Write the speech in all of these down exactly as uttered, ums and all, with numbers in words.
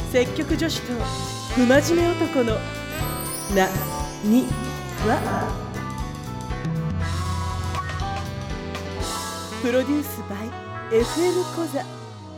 積極女子と不真面目男のなにはプロデュース by エフエム コザ。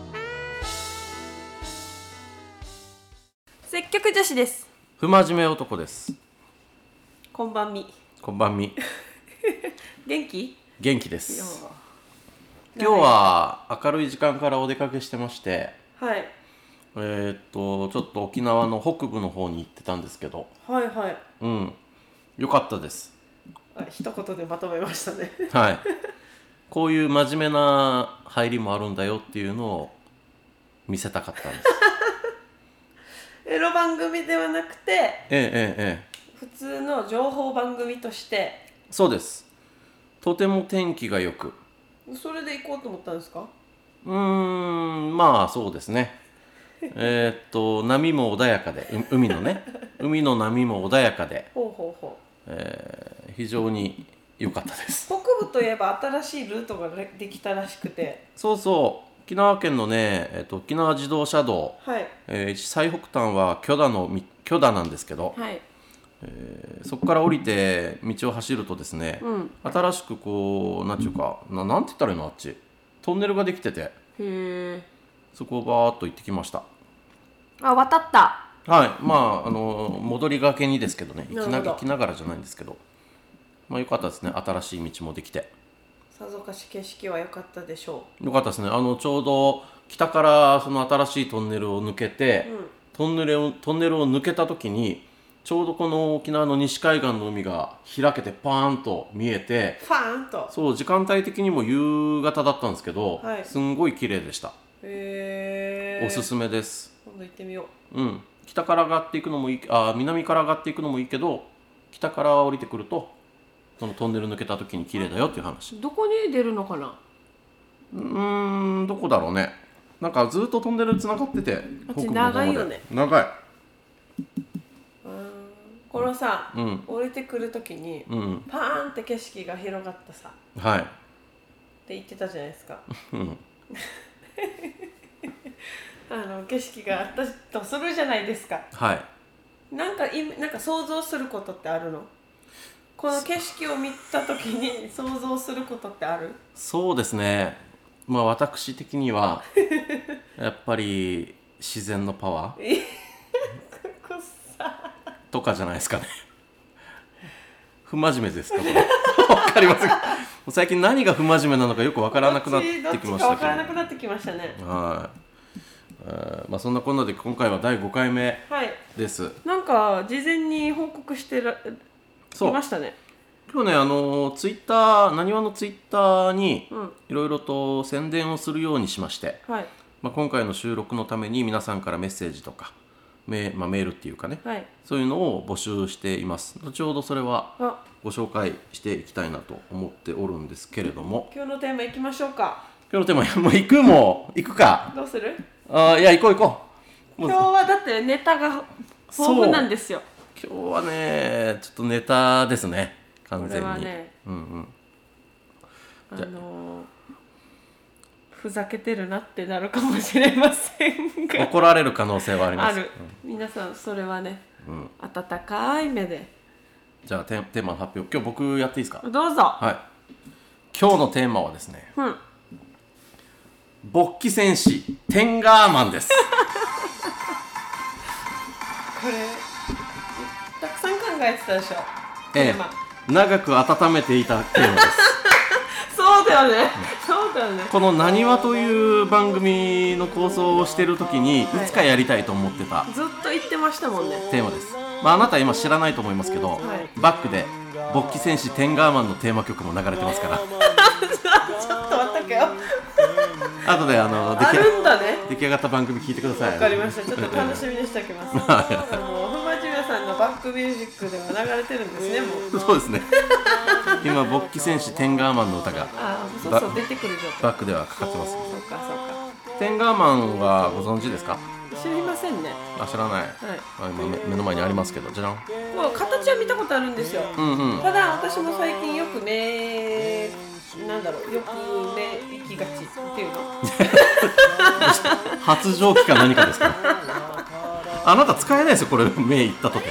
積極女子です。 不真面目男です。 こんばんみ。 こんばんみ。 元気？ 元気です。今日は明るい時間からお出かけしてまして、 はい。 えー、っとちょっと沖縄の北部の方に行ってたんですけど、 はいはい。 うん、よかったです。 あ、一言でまとめましたね。 はい。こういう真面目な入りもあるんだよっていうのを見せたかったんです。 エロ番組ではなくて、えええええ、 普通の情報番組として。 そうです。とても天気がよく。 それで行こうと思ったんですか？ うーん、まあそうですね。えーっと波も穏やかで、海のね、海の波も穏やかで、 ほうほうほう、 えー非常に良かったです。 北部といえば新しいルートができたらしくて、 そうそう、沖縄県のね、えーっと沖縄自動車道、 はい、 えー最北端は許田の許田なんですけど、 はい、 えーそこから降りて道を走るとですね、 うん、 新しくこうなんていうかな、なんて言ったらいいの、あっちトンネルができてて、 へえ、そこをバーッと行ってきました。 あ、渡った。 はい、まああの戻りがけにですけどね、行きな、行きながらじゃないんですけど、まあ良かったですね。新しい道もできて、 さぞかし景色は良かったでしょ良かったですね。あのちょうど北からその新しいトンネルを抜けて、 う。うん、 トンネルをトンネルを抜けた時にちょうどこの沖縄の西海岸の海が開けてパーンと見えて、 ファーンと、 そう時間帯的にも夕方だったんですけど、 はい、 すんごい綺麗でした。 へえ、 おすすめです。 今度行ってみよう。うん、北から上がっていくのもいい、あ、南から上がっていくのもいいけど、北から降りてくるとそのトンネル抜けた時に綺麗だよっていう話。 どこに出るのかな。 うーん、どこだろうね。なんかずっとトンネルつながってて、 あっち長いよね。 長い。 このさ、 うん、 降りてくるときに、 うん、 パーンって景色が広がったさ、 はい、 って言ってたじゃないですか。 うん、 あの景色があったとするじゃないですか。 はい。 なんかいなんか想像することってあるの？この景色を見たときに想像することってある？ そうですね。まあ私的にはやっぱり自然のパワーとかじゃないですかね。不真面目ですかこれ。わかりますか。最近何が不真面目なのかよくわからなくなってきましたけど。 どっちかわからなくなってきましたね。 はい。まあそんなこんなで今回はだいごかいめです。はい、 なんか事前に報告してらいましたね。 今日ね、あのツイッター、なにわのツイッターにいろいろと宣伝をするようにしまして、はい、まあ、今回の収録のために皆さんからメッセージとかメ、まあ、メールっていうかね、はい、そういうのを募集しています。後ほどそれはご紹介していきたいなと思っておるんですけれども、 今日のテーマいきましょうか。 今日のテーマ、もう行くも行くか。 どうする？ あ、いや行こう行こう。今日はだってネタが豊富なんですよ。 今日はね、ちょっとネタですね、完全に。これはね、うんうん、 あのー、ふざけてるなってなるかもしれませんが怒られる可能性はあります。 ある、うん、皆さんそれはね、 うん、 温かい目で。 じゃあテーマの発表、今日僕やっていいですか？ どうぞ。 はい、今日のテーマはですね、 うん、 勃起戦士テンガーマンです。 これたくさん考えてたでしょ。 ええ、長く温めていたテーマです。 そうだよね、うん、そうだよね。 このなにわという番組の構想をしている時にいつかやりたいと思ってた、はい、 ずっと言ってましたもんね、 テーマです。まああなた今知らないと思いますけど、はい、バックで勃起戦士テンガーマンのテーマ曲も流れてますから。ちょっと待ってよ。 後であの出来あるんだね、 出来上がった番組聞いてください。 わかりました。ちょっと楽しみにしておきます。あのふまじめさんのバックミュージックでは流れてるんですね。もうそうですね。今勃起戦士テンガーマンの歌があそうそう出てくる状態バックではかかってます。 そうかそうか。 テンガーマンはご存知ですか？ 知りませんね。 あ、知らない。はい、今目の前にありますけど、じゃん。 もう形は見たことあるんですよ。 うんうん、 ただ私も最近よく目なんだろう、よく目行きがちっていうの。 発情期か何かですか？ あなた使えないですよこれ目いったとて。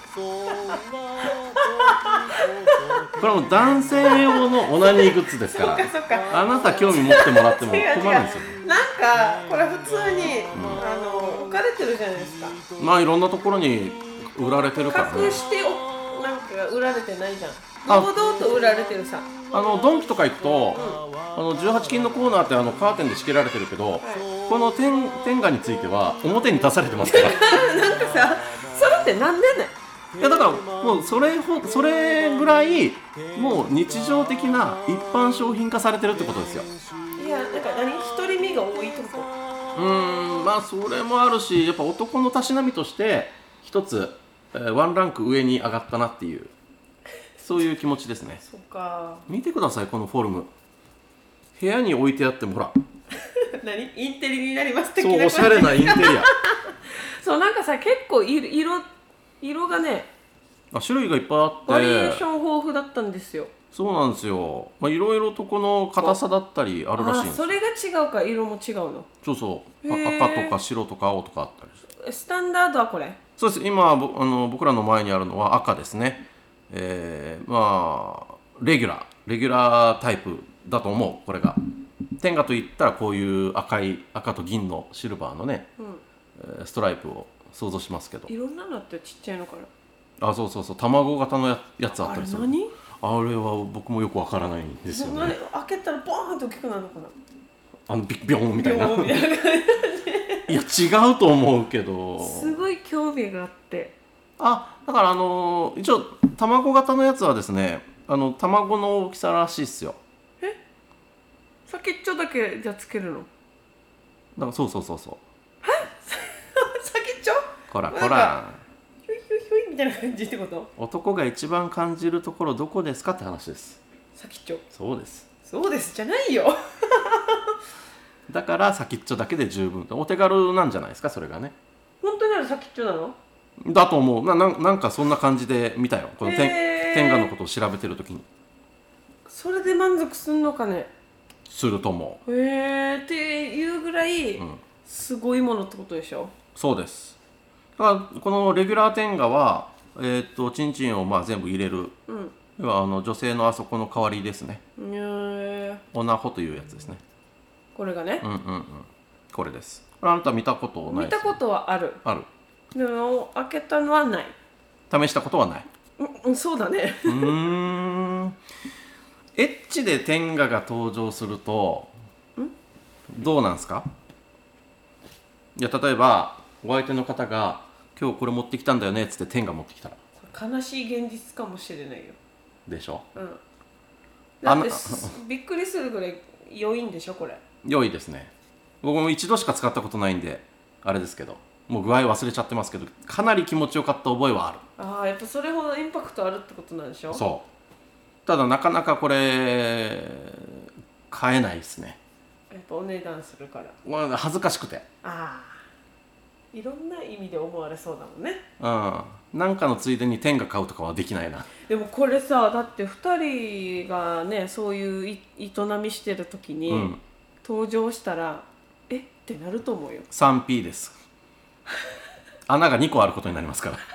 これも男性用のオナニーグッズですから。 そっかそっか。 あなた興味持ってもらっても困るんですよ。 なんかこれ普通に、うん、あの置かれてるじゃないですか。 まあいろんなところに売られてるからね。 隠しておなんか売られてないじゃん。堂々と売られてるさ。 あのドンキとか行くと、うん、あのじゅうはち金のコーナーってあのカーテンで仕切られてるけど、はい、この天天下については表に出されてますから。 なんかさ、それってなんでね。 いやだからもうそれほそれぐらいもう日常的な一般商品化されてるってことですよ。 いやなんか何独り身が多いってこと。 うーんまあそれもあるしやっぱ男のたしなみとして一つ、えー、ワンランク上に上がったなっていうそういう気持ちですね。 そっか。 見てくださいこのフォルム。部屋に置いてあってもほら何インテリになります的な。 なそうおしゃれなインテリア。 そうなんかさ結構色色色がねあ種類がいっぱいあってバリエーション豊富だったんですよ。 そうなんですよ。まあいろいろとこの硬さだったりあるらしいんです。 あそれが違うか色も違うの。 そうそう赤とか白とか青とかあったりする。 スタンダードはこれ。 そうです今ぼあの僕らの前にあるのは赤ですね。えー、まあレギュラーレギュラータイプだと思うこれが。天下といったらこういう赤い赤と銀のシルバーのね、うん、ストライプを想像しますけど。 いろんなのってちっちゃいのかな。 あそうそうそう卵型の や, やつあったりする。 あれ何？ あれは僕もよくわからないんですよね。 開けたらボーンと大きくなるのかな。 あのビッビョーンみたいな。いや違うと思うけど。 すごい興味があって。 あだからあのー、一応卵型のやつはですねあの卵の大きさらしいっすよ。 え？先っちょだけじゃつけるの？ だからそうそうそうそう。 え？先っちょ？ こらこら。 ひょいひょいひょいみたいな感じってこと？ 男が一番感じるところどこですかって話です。 先っちょ。 そうです。 そうですじゃないよ。 だから先っちょだけで十分お手軽なんじゃないですかそれがね。 本当にある先っちょなの？ だと思う な, な, なんかそんな感じで見たよこの天下のことを調べてる時に。 それで満足すんのかね。 すると思う。へーっていうぐらい、うん、すごいものってことでしょ。 そうです。だからこのレギュラー天下はえー、っとチンチンをまあ全部入れる、うん、要はあの女性のあそこの代わりですね。へーオナホというやつですね。 これがね。 うんうんうんこれです。これあなた見たことないですか？ 見たことはある。 ある。 でも開けたのはない。 試したことはない。 うん、そうだね。 うーん。エッチで天下が登場するとどうなんですか？いや例えばお相手の方が今日これ持ってきたんだよねっつって天下持ってきたら悲しい現実かもしれないよ。 でしょ。うん。 だってびっくりするぐらい良いんでしょこれ。 良いですね。僕も一度しか使ったことないんであれですけどもう具合忘れちゃってますけどかなり気持ちよかった覚えはある。 ああやっぱそれほどインパクトあるってことなんでしょ。 そうただなかなかこれ買えないですね。 やっぱお値段するから。 まあ、恥ずかしくて。 ああいろんな意味で思われそうだもんね。 うんなんかのついでに天下買うとかはできないな。 でもこれさだってふたりがねそういう営みしてる時に、うん、登場したらえってなると思うよ。 スリーピー です穴がにこあることになりますから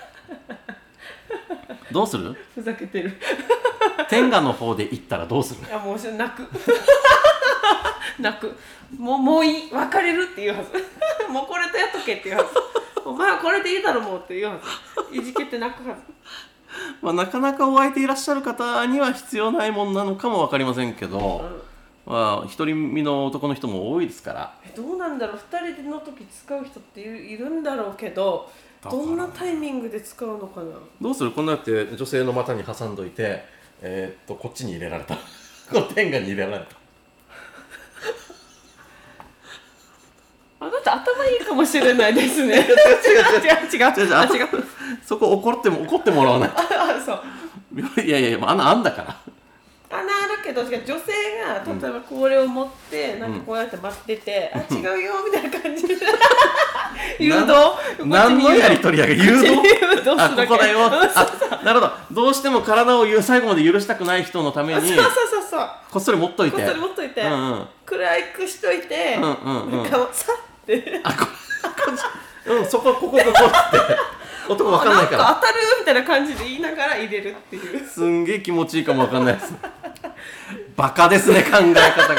どうする？ ふざけてる天下の方で行ったらどうする？ いやもう泣く泣くもうもういい別れるって言うはずもうこれとやっとけって言うはずお前はこれでいいだろもうって言うはずいじけて泣くはずまあなかなかお相手いらっしゃる方には必要ないもんなのかも分かりませんけど、うん、まあ独り身の男の人も多いですから。 えどうなんだろうふたりの時使う人っているんだろうけどどんなタイミングで使うのかな。 どうする？こんなやって女性の股に挟んどいてえー、っとこっちに入れられたこの天下に入れられたあなた頭いいかもしれないですね違う違う違う違う違う違うそこ怒っても怒ってもらわないとあそういやいやいや穴あんだから穴あるけど女性が例えばこれを持って、うん、なんかこうやって待ってて、うん、あ違うよみたいな感じで誘導何のやり取りやが誘導あここだよあなるほどどうしても体を最後まで許したくない人のためにそうそうそうそうこっそり持っといてこっそり持っといて、うんうん、暗くしといて、 うんうんうん、 なんかさってあこうんそこここここって男わかんないからなんか当たるみたいな感じで言いながら入れるっていうすんげえ気持ちいいかもわかんないですバカですね考え方が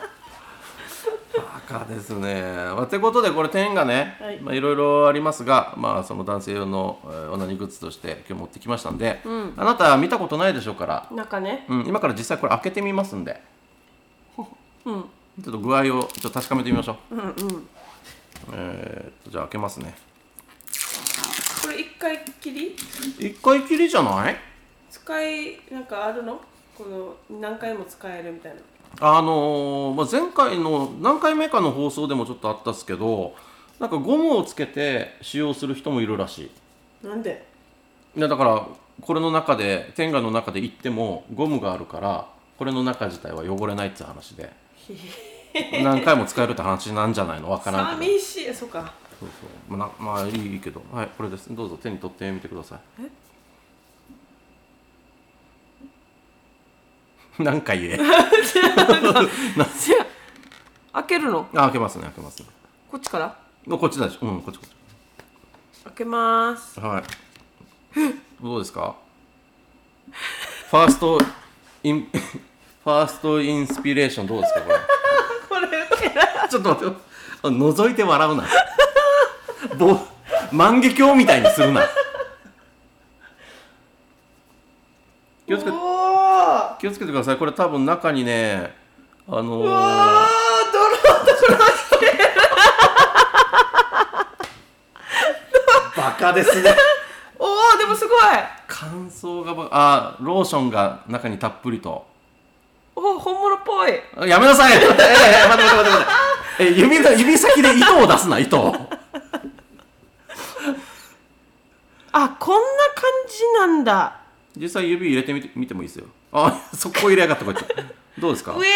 バカですね、まあ、ということでこれ点がね、はいまあ、いろいろありますが、まあ、その男性用の、えー、オナニーグッズとして今日持ってきましたんで、うん、あなた見たことないでしょうから中ね、 うん、今から実際これ開けてみますんで、うん、ちょっと具合をちょっと確かめてみましょう、うんうんえー、じゃあ開けますね。 これ一回きり一回きりじゃない？ 使いなんかあるの？この何回も使えるみたいな。 あのーまあ、前回の何回目かの放送でもちょっとあったっすけど、なんかゴムをつけて使用する人もいるらしい。なんで？ いやだからこれの中で天下の中で行ってもゴムがあるからこれの中自体は汚れないって話で何回も使えるって話なんじゃないの？わからんけど。 寂しい。そうか。 そうそうまあ、まあいいけど、はいこれです。どうぞ手に取ってみてください。え何回言え開けるの？ あ開けますね開けますね。 こっちから？ こっちだし、うんこっちこっち。 開けます。 はい。どうですか？ファーストインファーストインスピレーションどうですかこれ？ これちょっと待って、覗いて笑うな。ぼ万華鏡みたいにするな。気をつけて気をつけてください。これ多分中にね、あのー、 うわードロッとしてる。 バカですね。 おおでもすごい。 乾燥がばあローションが中にたっぷりと。 お本物っぽい。 やめなさい。えー、待って待って待って待って。え指の指先で糸を出すな糸を。 あこんな感じなんだ。 実際指入れてみてみてもいいですよ。あそこ入れやがったこいつ。どうですか？ うえ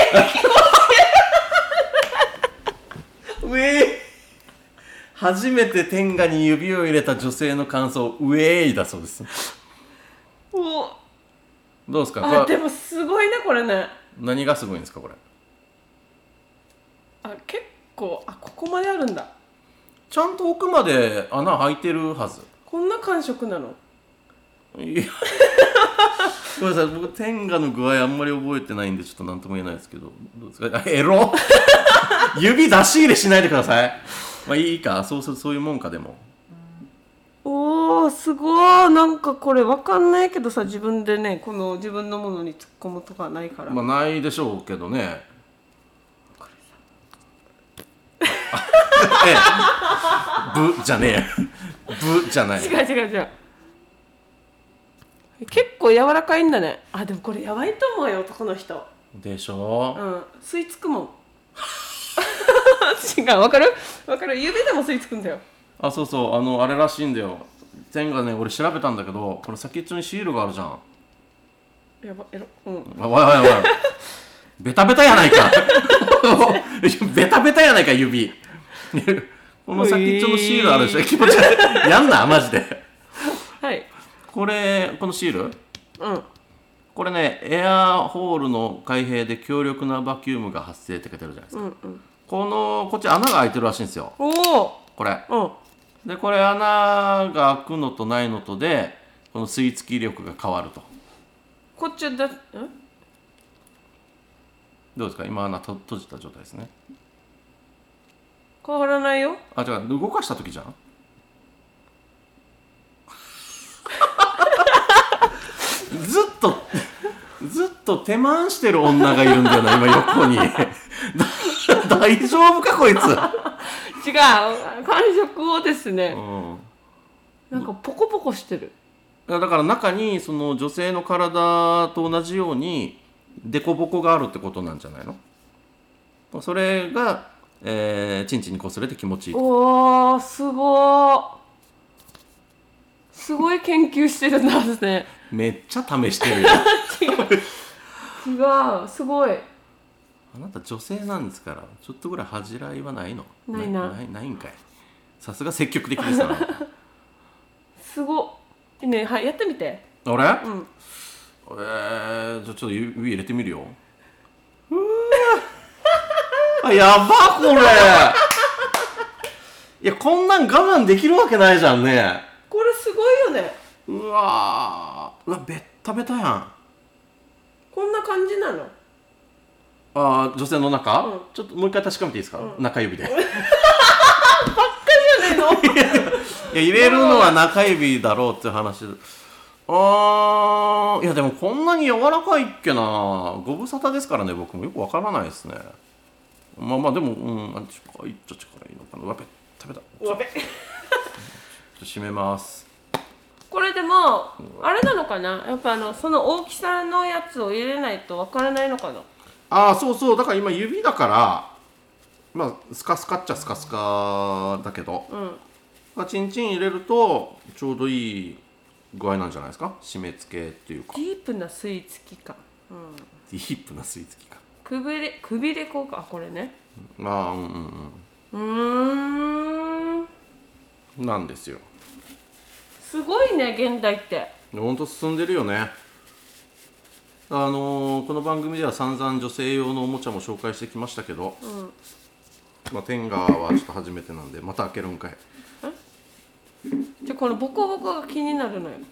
ーうえー初めて天下に指を入れた女性の感想ウェーイだそうです。 おどうですか？ あでもすごいねこれね。 何がすごいんですかこれ？ あ結構あここまであるんだ。 ちゃんと奥まで穴開いてるはず。 こんな感触なの？ いやごめんなさい僕天下の具合あんまり覚えてないんでちょっと何とも言えないですけどどうですか？エロ指出し入れしないでください。まあいいかそうするそういうもんかでも。 おーすごいなんかこれわかんないけどさ自分でねこの自分のものに突っ込むとかないから。 まあないでしょうけどね。これさえブじゃねえブじゃない。 違う違う違う。結構柔らかいんだね。あでもこれやばいと思うよ男の人。 でしょ。 うん吸い付くもん。違うわかるわかる指でも吸い付くんだよ。 あそうそうあのあれらしいんだよ。天下ね俺調べたんだけどこれ先っちょにシールがあるじゃん。 やばエロうんあわいわいわいベタベタやないかベタベタやないか指この先っちょのシールあるでしょ。気持ち悪いやんなマジで。 はいこれこのシールうんこれねエアホールの開閉で強力なバキュームが発生って書いてあるじゃないですか、うんうん、このこっち穴が開いてるらしいんですよ。 おおこれ、 うん、 でこれ穴が開くのとないのとでこの吸い付き力が変わると。 こっちだんどうですか今穴と閉じた状態ですね。 変わらないよ。 あ違う動かした時じゃんずっとずっと手満してる女がいるんだよな今横に大丈夫かこいつ。 違う感触をですね、うん、なんかポコポコしてる。 だから中にその女性の体と同じようにデコボコがあるってことなんじゃないの。それが、えー、チンチンに擦れて気持ちいい。 おーすごーすごい研究してるんですね。 めっちゃ試してるよ違う違うすごい。 あなた女性なんですからちょっとぐらい恥じらいはないの？ ないな。 ないないんかい。さすが積極的ですなすごっねはいやってみて。 俺？うん。えー、じゃあちょっと指入れてみるよ。うわあやばこれいやこんなん我慢できるわけないじゃんね。 これすごいよね。 うわーうわベッタベタやん。 こんな感じなの。 あー女性の中、 うん、 ちょっともう一回確かめていいですか、うん、中指でばっかりじゃないのいや入れるのは中指だろうっていう話。あーいやでもこんなに柔らかいっけな。ご無沙汰ですからね。僕もよくわからないですね。まあまあでもうんなんちゅうかいっちゃ力いいのかな。うわべ食べた。 うわべちょっと締めます。 これでもあれなのかな、やっぱあのその大きさのやつを入れないとわからないのかな。 ああそうそうだから今指だからまあスカスカっちゃスカスカだけど、うん、まあ、チンチン入れるとちょうどいい具合なんじゃないですか。締め付けっていうかディープな吸い付き感、うん、 ディープな吸い付き感くびれくびれ効果。あこれね。 まあうんうんうんうーんなんですよ。 すごいね現代って。 ほんと進んでるよね。あのー、この番組では散々女性用のおもちゃも紹介してきましたけど、うん、まあテンガはちょっと初めてなんでまた開けるんかい。 じゃこのボコボコが気になるのよ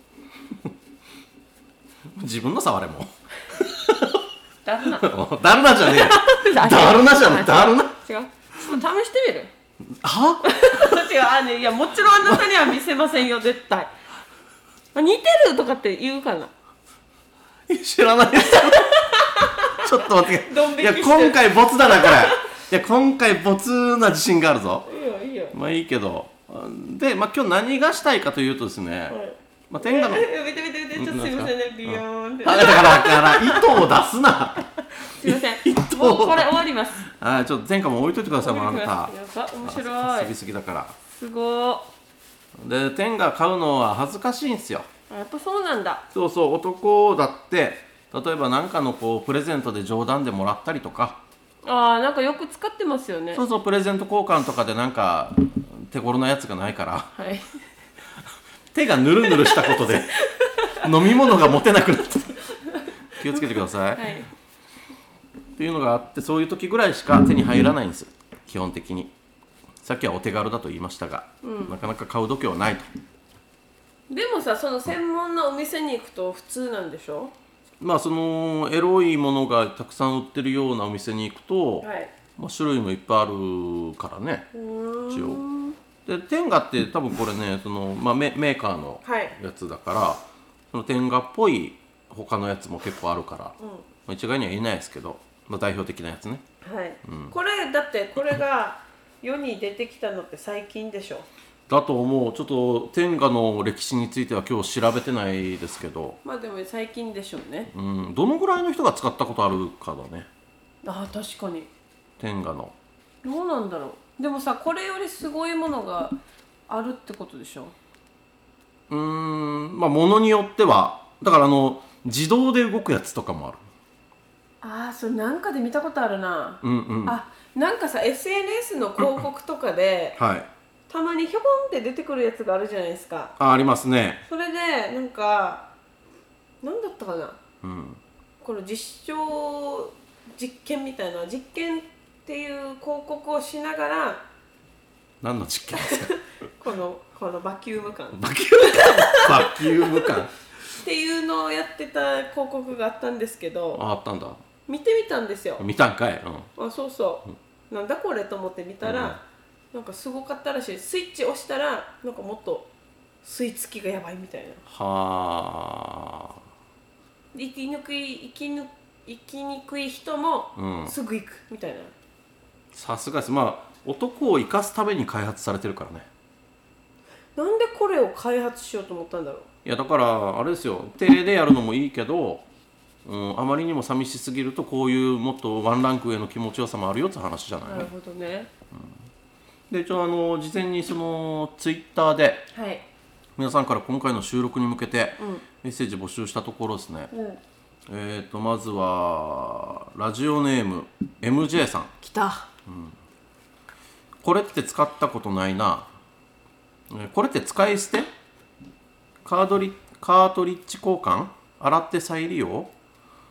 自分の触れもだるなだるなじゃねえよだるなじゃねえだるな。違うちょっと試してみるは違うあ、ね、いやもちろんあなたには見せませんよ絶対。似てるとかって言うかな。 知らないですちょっと待ってドン引きして。 いや今回ボツだなこれ。いや今回ボツな自信があるぞ。 いいよいいよ。 まあいいけどで、まあ、今日何がしたいかというとですね、はい、まあ、天下の見て見て見てちょっとすいませんねビヨーンって。 だからだから糸を出すなすいませんもうこれ終わります。 あちょっと天下も置いといてください。もうあなたやば面白い。 過ぎすぎだからすごー。 で天下買うのは恥ずかしいんですよ。 やっぱそうなんだ。 そうそう男だって例えば何かのこうプレゼントで冗談でもらったりとか。 ああなんかよく使ってますよね。 そうそうプレゼント交換とかでなんか手頃なやつがないから、 はい、 手がヌルヌルしたことで飲み物が持てなくなって気をつけてください、はい、っていうのがあってそういう時ぐらいしか手に入らないんです基本的に。さっきはお手軽だと言いましたが、うん、なかなか買う度胸はないと。 でもさその専門のお店に行くと普通なんでしょ。 まあそのエロいものがたくさん売ってるようなお店に行くと、はい、まあ、種類もいっぱいあるからね一応。で天下って多分これねその、まあ、メ, メーカーのやつだから、はい、その天下っぽい他のやつも結構あるから、うん、まあ、一概には言えないですけど、まあ、代表的なやつね、 はい、うん、これだってこれが世に出てきたのって最近でしょ。 だと思う。ちょっと天下の歴史については今日調べてないですけど、 まあでも最近でしょうね、 うん、どのぐらいの人が使ったことあるかだね。 ああ確かに天下のどうなんだろう。でもさこれよりすごいものがあるってことでしょ。 うーんまあものによってはだからあの自動で動くやつとかもある。 ああそれなんかで見たことあるな。 うんうん。 あなんかさ エスエヌエス の広告とかで、はい、たまにひょこんって出てくるやつがあるじゃないですか。 あありますね。 それでなんかなんだったかな、 うん、 この実証実験みたいな実験っていう広告をしながら何の実験ですかこのこのバキューム感バキューム感バキューム感っていうのをやってた広告があったんですけど。 ああったんだ。 見てみたんですよ。 見たんかい、 うん、あそうそう、うん、なんだこれと思って見たら、うん、なんかすごかったらしい。スイッチ押したらなんかもっと吸い付きがやばいみたいな。 はあ。 生きにくい生きぬ生きにくい人もすぐ行くみたいな。 さすがです。まあ男を生かすために開発されてるからね。 なんでこれを開発しようと思ったんだろう。 いやだからあれですよ手でやるのもいいけど、うん、あまりにも寂しすぎるとこういうもっとワンランク上の気持ちよさもあるよって話じゃない。 なるほどね、 うん、で一応あの事前にそのツイッターで、はい、皆さんから今回の収録に向けてメッセージ募集したところですね、うん、えーとまずはラジオネーム エムジェー さん来た、 うん、これって使ったことないな。これって使い捨てカードリカートリッジ交換洗って再利用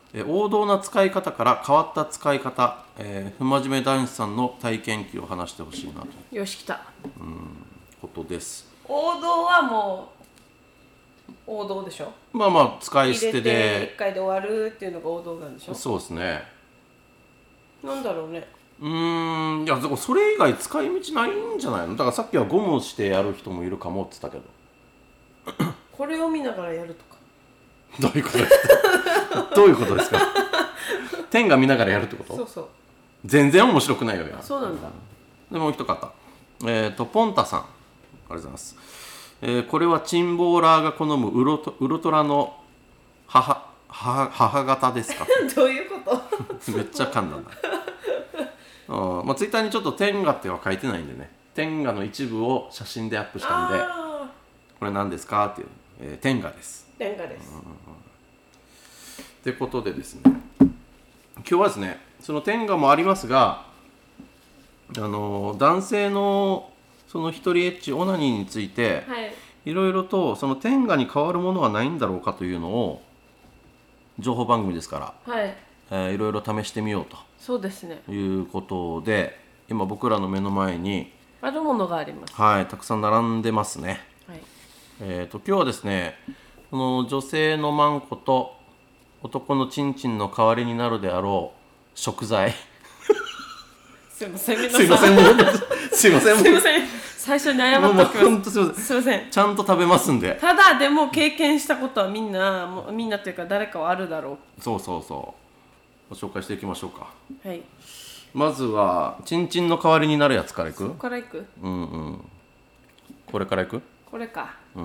え王道な使い方から変わった使い方、えー、不真面目男子さんの体験記を話してほしいなとよし来たうんことです。 王道はもう王道でしょ。 まあまあ使い捨て入れてでいっかいで終わるっていうのが王道なんでしょ。 そうですね。 なんだろうね。 うーん、いやでもそれ以外使い道ないんじゃないの。だからさっきはゴムしてやる人もいるかもって言ったけどこれを見ながらやるとかどういうことですかどういうことですか天が見ながらやるってこと。 そうそう全然面白くないよや。 そうなんだ。 でもう一方、えっ、ー、とポンタさん、ありがとうございます。えー、これはチンボーラーが好むウロトウルトラの母母母方ですかどういうことめっちゃ噛んだんだあ、まあ、ツイッターにちょっと天下っては書いてないんでね、天下の一部を写真でアップしたんで、これ何ですかっていう、えー、天下です。 天下です。 ってことでですね、今日はですねその天下もありますが、あのー、男性のその一人エッチオナニーについて、はい、いろいろとその天下に変わるものはないんだろうかというのを情報番組ですから、はいえー、いろいろ試してみようとそうですねいうことで、今僕らの目の前にあるものがあります。 はい、たくさん並んでますね。 はいえー、と今日はですね、この女性のマンコと男のチンチンの代わりになるであろう食材すいません、 すいません、すいません、 すいません、最初に謝っておきます。 本当すいません、 すいません、 ちゃんと食べますんで。 ただでも経験したことはみんなもうみんなというか誰かはあるだろう。 そうそうそう、ご紹介していきましょうか。 はい、 まずはチンチンの代わりになるやつからいく。 そこからいく。 うんうん、これからいく。 これか。 うん、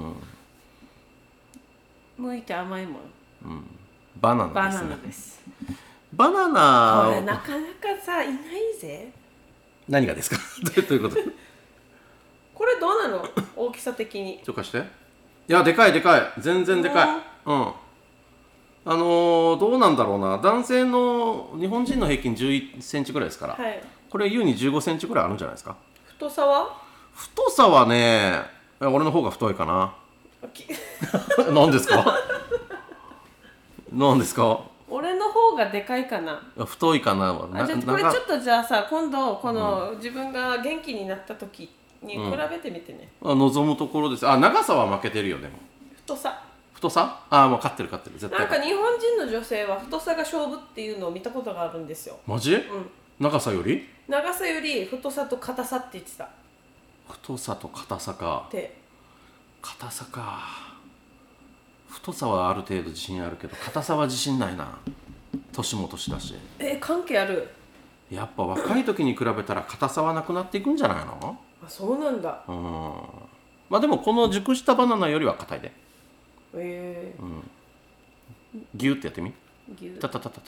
向いて甘いもん、 うん、バナナですね。 バナナです。 バナナこれなかなかさいないぜ。 何がですかどういうことこれどうなの大きさ的に。 ちょっと貸して。いやでかいでかい、全然でかい。うん、あのー、どうなんだろうな、男性の日本人の平均じゅういっセンチぐらいですから、はい、これ優にじゅうごセンチぐらいあるんじゃないですか。 太さは太さはね、俺の方が太いかな何ですか何ですか。 俺の方がでかいかな。 太いかな。 あ、じゃあこれちょっとじゃあさ、今度この、うん、自分が元気になった時に比べてみてね、 うん、あ、望むところです。あ、長さは負けてるよ。でも太さ太さあ、もう勝ってる勝ってる絶対。 なんか日本人の女性は太さが勝負っていうのを見たことがあるんですよ。 マジ？うん、長さより長さより太さと硬さって言ってた。 太さと硬さか。 で硬さか。太さはある程度自信あるけど硬さは自信ないな。年も年だし。 え、関係ある？ やっぱ若い時に比べたら硬さはなくなっていくんじゃないの？ あ、そうなんだ。 うん。まあでもこの熟したバナナよりは硬いで。 えー、 うん、ギューってやってみ。 ギュー。 タタタタタ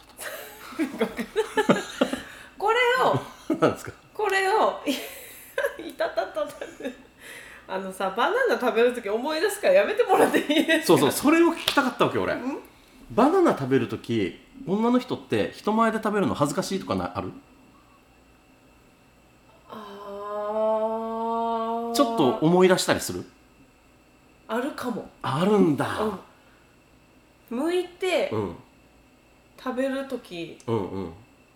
これをなんですか。 これをいたたたたあのさ、バナナ食べるとき思い出すからやめてもらっていいですか。 そうそう、それを聞きたかったわけ俺。バナナ食べるとき女の人って人前で食べるの恥ずかしいとかなある？ あちょっと思い出したりする？ あるかも。 あるんだ。 うん、剥いて、 うん、 食べるとき、 うんうん、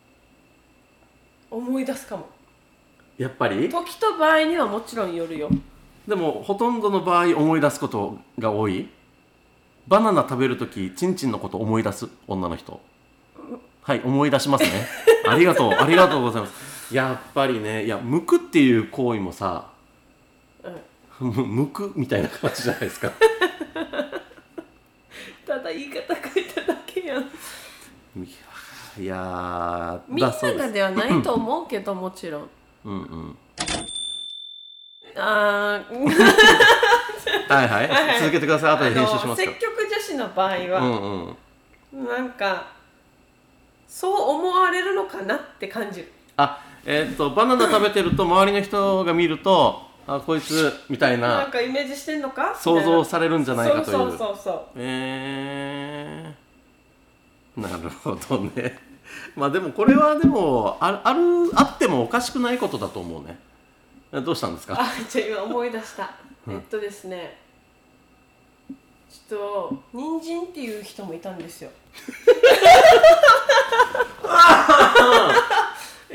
思い出すかも。 やっぱり時と場合にはもちろんよるよ。 でもほとんどの場合思い出すことが多い。バナナ食べるときチンチンのこと思い出す女の人、うん、はい、思い出しますねありがとうありがとうございます。やっぱりね、いや剥くっていう行為もさ、うん、剥くみたいな感じじゃないですかただ言い方変えただけやん。 いやみんながではないと思うけどもちろんうんうん。 あーはいはい、はい、続けてください。後で編集しますから。 積極女子の場合は、 うんうん、なんかそう思われるのかなって感じる。 あ、えー、っとバナナ食べてると周りの人が見るとあ、こいつみたいななんかイメージしてんのか想像されるんじゃないかという。 そうそうそうそう。 えー、なるほどねまあでもこれはでもあ、あるあってもおかしくないことだと思うね。どうしたんですか。 あ、じゃあ今思い出した、うん、えっとですね、ちょっと人参っていう人もいたんですよ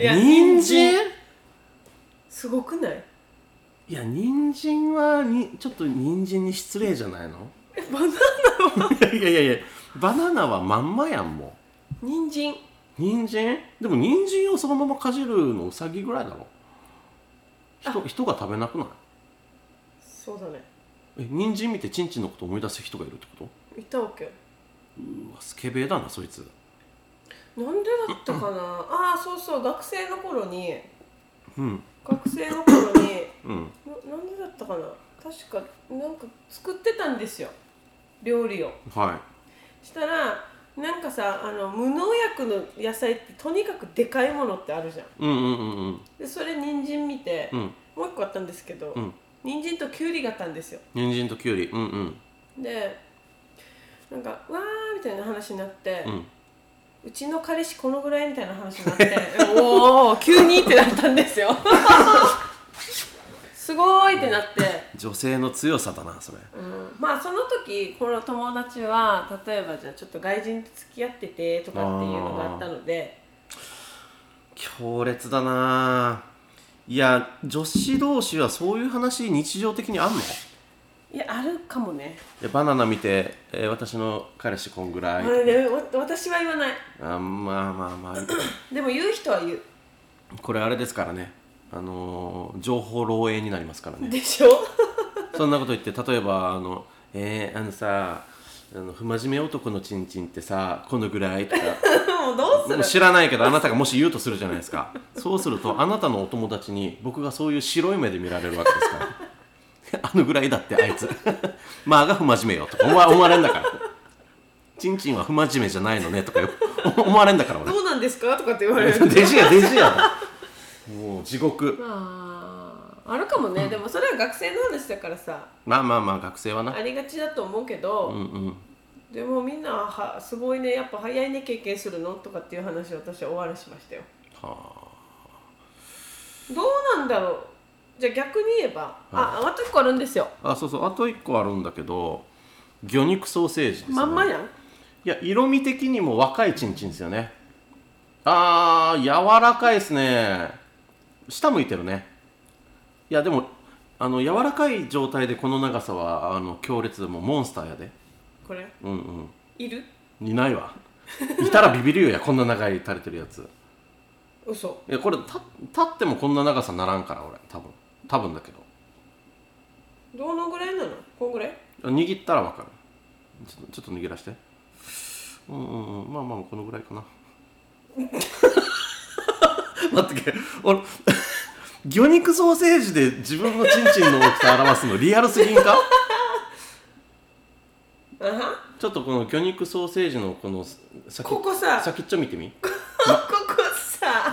いや人参すごくない？ いや人参はにちょっと人参に失礼じゃないの？ えバナナはいやいやいやバナナはまんまやんもう人参人参でも人参をそのままかじるのウサギぐらいだろ。人人が食べなくない？ そうだね。 え人参見てチンチンのこと思い出す人がいるってこいたわけ。 と？うわスケベだなそいつ。 なんでだったかなああそうそう学生の頃にうん学生の頃にうんななんでだったかな確かなんか作ってたんですよ料理を。 はしたらなんかさあの無農薬の野菜ってとにかくでかいものってあるじゃん。 いうんうんうんうんでそれ人参見て、 うんもう一個あったんですけど、 うん人参ときゅうりがあったんですよ。 人参ときゅうりうんうんでなんかわーみたいな話になって、 うんうちの彼氏このぐらいみたいな話になっておお急にってなったんですよすごいってなって、 女性の強さだなそれ。 うん、まあその時この友達は例えばじゃあちょっと外人と付き合っててとかっていうのがあったので強烈だな。いや女子同士はそういう話日常的にあんの？ いやあるかもね。 いやバナナ見て、えー私の彼氏こんぐらい。 あれねわ私は言わない。 あまあまあまあでも言う人は言うこれあれですからね、あのー情報漏洩になりますからね。 でしょそんなこと言って例えばあのえー、あのさあの不真面目男のチンチンってさこのぐらいとかもうどうする？ 知らないけどあなたがもし言うとするじゃないですか。そうするとあなたのお友達に僕がそういう白い目で見られるわけですからあのぐらいだってあいつまあが不真面目よとか思わ思われんだからチンチンは不真面目じゃないのねとか思われんだから俺どうなんですかとかって言われるデジやデジやもう地獄。 まああるかもね。でもそれは学生の話だからさまあまあまあ学生はなありがちだと思うけど、 うんうんでもみんなはすごいねやっぱ早いね経験するのとかっていう話を私は終わらしましたよ。 はどうなんだろう。じゃあ逆に言えば、あ、あと一個あるんですよ。 ああそうそうあと一個あるんだけど魚肉ソーセージですね。 まんまやん。 いや色味的にも若いチンチンですよね。あー柔らかいですね。下向いてるね。いやでもあの柔らかい状態でこの長さはあの強烈でもモンスターやで。 これうんうんいる？ いないわいたらビビるよやこんな長い垂れてるやつ。 嘘。 いやこれた立ってもこんな長さならんから俺多分多分だけどどのぐらいなの？こんぐらい？ 握ったら分かる。ちょっとちょっと握らして。うんうんうんまあまあこのぐらいかな待ってけ俺魚肉ソーセージで自分のチンチンの大きさ表すのリアルすぎんかあはちょっとこの魚肉ソーセージのこの先ここさ先っちょ見てみここさ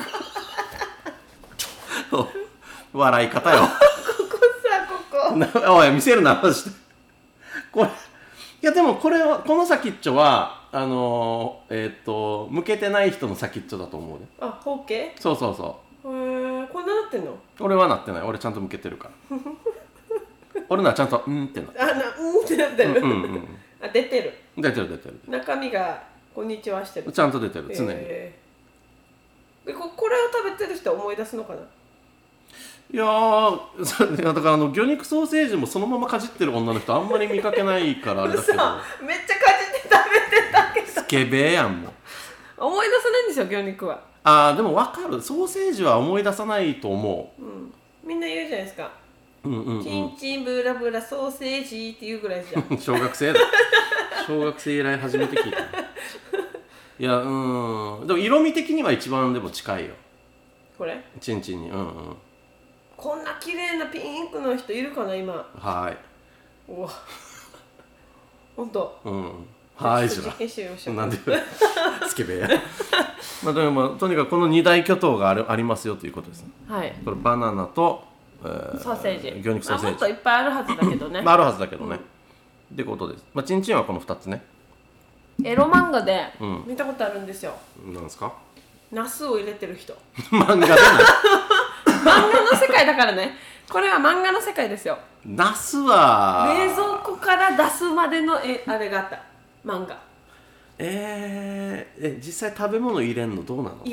笑い方よここさここなおい見せるなマジでこれいやでもこれはこの先っちょはあのー、えー、っと向けてない人の先っちょだと思うね。 あ、包茎？ そうそうそへえ、こんななってんの？ う俺はなってない。俺ちゃんと向けてるから俺のはちゃんとうんってなってあ、な、うんってなってる、 うんうんうんあ、出てる。 出てる出てる中身がこんにちはしてる。 ちゃんと出てる常に、 えー、で こ, これを食べてる人は思い出すのかな。 いやーそいやだからあの魚肉ソーセージもそのままかじってる女の人あんまり見かけないからあれだけどさめっちゃかじって食べてたけどスケベやんもう。 思い出さないんですよ魚肉は。 あーでも分かるソーセージは思い出さないと思うん、みんな言うじゃないですか、 ううんうんうんチンチンブラブラソーセージっていうぐらいじゃん小学生だ小学生以来初めて聞いたいやうんでも色味的には一番でも近いよこれチンチンにうんうんこんな綺麗なピンクの人いるかな今。 はうわほんとーいうんはいじゃちょっと実験してみましょう。 なんでスケベやまあでも、まあ、とにかくこの二大巨頭があるありますよということですね。 はいこれバナナと、えー、 ソーセージ魚肉ソーセージあもっといっぱいあるはずだけどねまあ、あるはずだけどね、ってことです。まあチンチンはこのふたつね。 エロ漫画でうん見たことあるんですよ、 なんですかナスを入れてる人漫画でな漫画の世界だからね。これは漫画の世界ですよ。 ナスは冷蔵庫から出すまでのえあれがあった漫画。 えー、え実際食べ物入れんのどうなの？ いや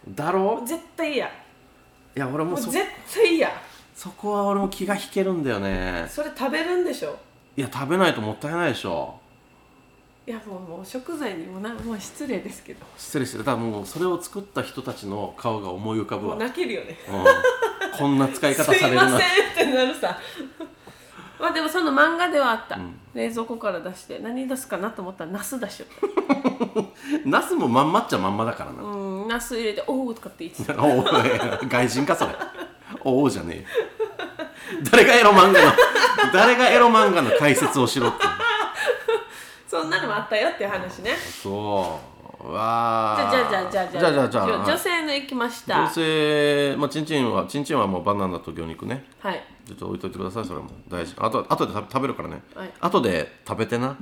だろ絶対嫌。 いや俺もそもう絶対嫌。 そこは俺も気が引けるんだよね。 それ食べるんでしょ。 いや食べないともったいないでしょ。 いやもうもう食材にもなもう失礼ですけど。 失礼してる。だからもうそれを作った人たちの顔が思い浮かぶわ。 もう泣けるよね。 うん、こんな使い方されるな。 すいませんってなるさ。まあでもその漫画ではあった、うん、冷蔵庫から出して何出すかなと思ったらナス出しよったナスもまんまっちゃまんまだからな。 うん、ナス入れておおとかって言ってたお外人かそれおおじゃねえよ誰がエロ漫画の誰がエロ漫画の解説をしろってそんなのもあったよっていう話ね。 そうわーじゃあじゃあじゃあじゃあじゃあじゃあじゃあ女性の行きました。 女性、まあ、チンチンはチンチンはもうバナナと魚肉ね。 はい。 ちょっと置いといてください。それも大事。あと後で食べるからね。 はい。 後で食べてな。ん？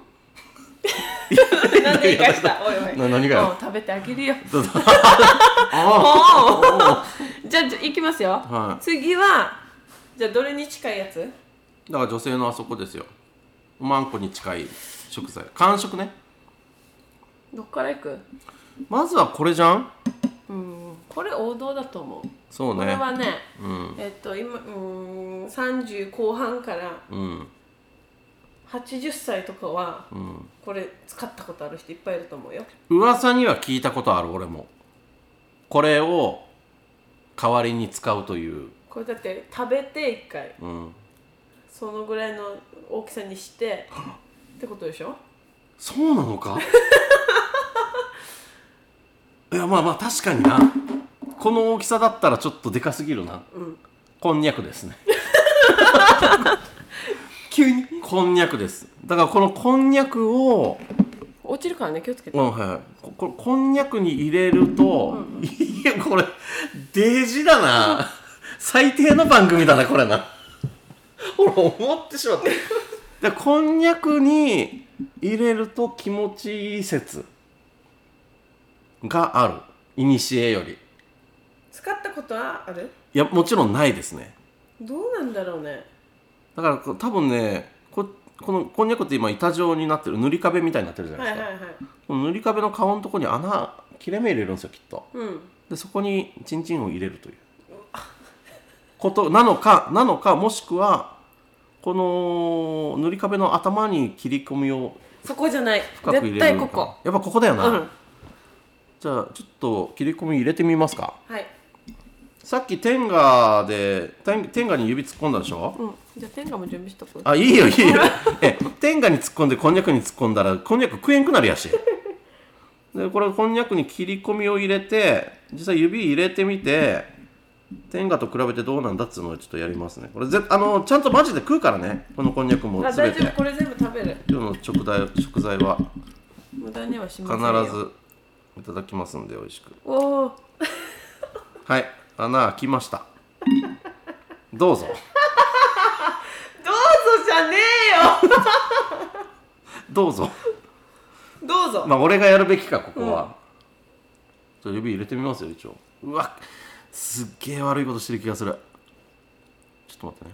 なんで言い返した？おいおい。 な何がよ。 食べてあげるよ。 どうぞ。あじゃあじゃあ行きますよ。 はい。 次はじゃあどれに近いやつ？ だから女性のあそこですよ。マンコに近い食材。完食ね。 どっから行く？ まずはこれじゃん。 うん、これ王道だと思う。 そうね。 これはね、 うん、 えっと今うんさんじゅう後半からはちじゅっさいとかは、うん、これ使ったことある人いっぱいいると思うよ。 噂には聞いたことある俺も。これを代わりに使うという。 これだって食べていっかい、 うん、 そのぐらいの大きさにしてってことでしょ。 そうなのかいやまあまあ確かにな。この大きさだったらちょっとでかすぎるな、うん、こんにゃくですね急にこんにゃくです。だからこのこんにゃくを落ちるからね気をつけて。 うんはい、こ, こんにゃくに入れると、うん、いやこれデージだな、うん、最低の番組だなこれな俺思ってしまったでこんにゃくに入れると気持ちいい説がある。いにしえより。 使ったことはある？ いやもちろんないですね。 どうなんだろうね。 だから多分ね こ, このこんにゃくって今板状になってる塗り壁みたいになってるじゃないですか、はいはいはい、この塗り壁の顔のところに穴切れ目入れるんですよきっと、うん、でそこにチンチンを入れるということなのかなのかもしくはこの塗り壁の頭に切り込みをそこじゃない深く入れる絶対ここやっぱここだよな、うん、じゃあちょっと切り込み入れてみますか。 はい。 さっき天下で天, 天下に指突っ込んだでしょ、 うん、じゃあ天下も準備しとく。 あいいよいいよえ天下に突っ込んでこんにゃくに突っ込んだらこんにゃく食えんくなるやしでこれこんにゃくに切り込みを入れて実際指入れてみて天下と比べてどうなんだっつうのをちょっとやりますね。これぜあのちゃんとマジで食うからねこのこんにゃくも全て。 大丈夫これ全部食べる。 今日の食材食材は無駄にはしませんよ。 必ずいただきますんで美味しく。 おおはい穴開きましたどうぞどうぞじゃねえよどうぞどうぞ。 まあ俺がやるべきかここは、うん、ちょ指入れてみますよ一応。うわすっげえ悪いことしてる気がする。ちょっと待ってね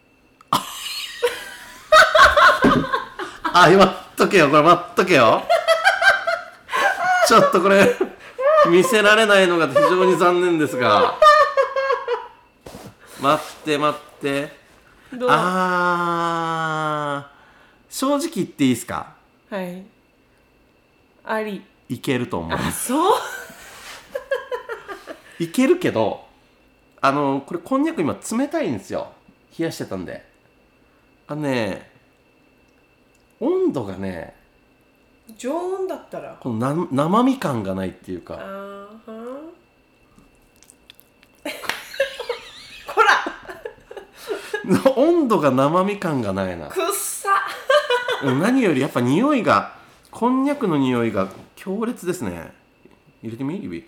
あ待っとけよこれ待っとけよちょっとこれ見せられないのが非常に残念ですが待って待ってどう？ あー正直言っていいですか。 はいありいけると思う。 あそういけるけどあのこれこんにゃく今冷たいんですよ冷やしてたんで。あのね温度がね常温だったらこのな生身感がないっていうか。あーはこら温度が生身感がないな。 くっさ何よりやっぱ匂いがこんにゃくの匂いが強烈ですね。入れてみ指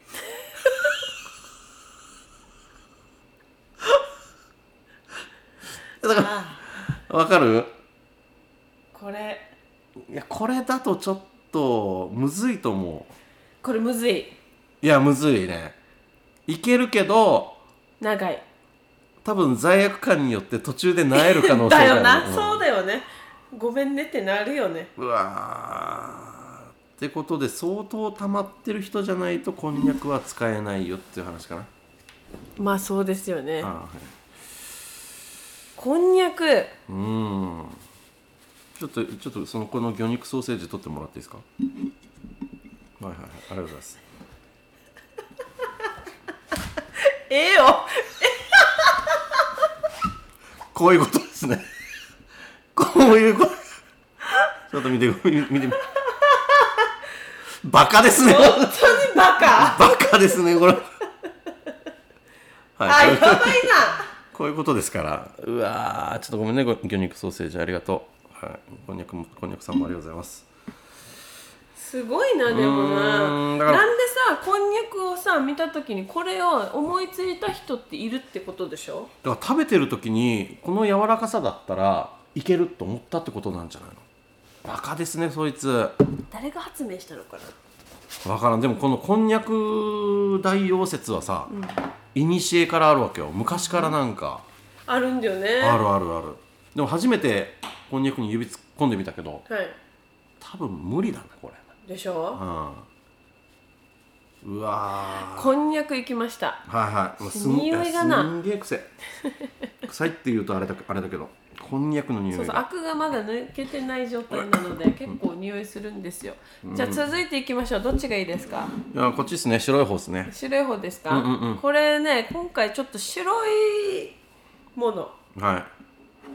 だからわかる？ これいやこれだとちょっとむずいと思う。 これむずい。 いやむずいね。いけるけど長い。 多分罪悪感によって途中で萎える可能性があるだよな、うん、そうだよね。ごめんねってなるよね。 うわってことで相当溜まってる人じゃないとこんにゃくは使えないよっていう話かな。 まあそうですよね。 あ、はい、 こんにゃく、 うーん、ちょっとちょっとそのこの魚肉ソーセージ取ってもらっていいですか。はいはいはい、ありがとうございます。 ええよこういうことですね。こういうこと。ちょっと見て見て見て。バカですね。 本当にバカバカですねこれ。はい、 あ、やばいな。 こういうことですから。うわー、ちょっとごめんね、魚肉ソーセージありがとう。はい、こんにゃくもこんにゃくさんもありがとうございます。 すごいな。でもな、 うーん、だからなんでさこんにゃくをさ見た時にこれを思いついた人っているってことでしょ。 だから食べてる時にこの柔らかさだったらいけると思ったってことなんじゃないの。バカですねそいつ。 誰が発明したのかな。 わからん。でもこのこんにゃく大溶説はさ、いにしえからあるわけよ。昔からなんか、 あるんだよね。 あるあるある。でも初めてこんにゃくに指突っ込んでみたけど、 はい、 多分無理だなこれ。 でしょ。 うん、うわー、 こんにゃくいきました。 はいはい。もうすん匂いがなすんげえ臭い。臭いって言うとあれだあれだけど、こんにゃくの匂いが。 そうそう、アクがまだ抜けてない状態なので結構匂いするんですよ。じゃあ続いていきましょう。どっちがいいですか。 いや、こっちですね。白い方ですね。 白い方ですか、 うんうんうん、 これね今回ちょっと白いもの、 はい、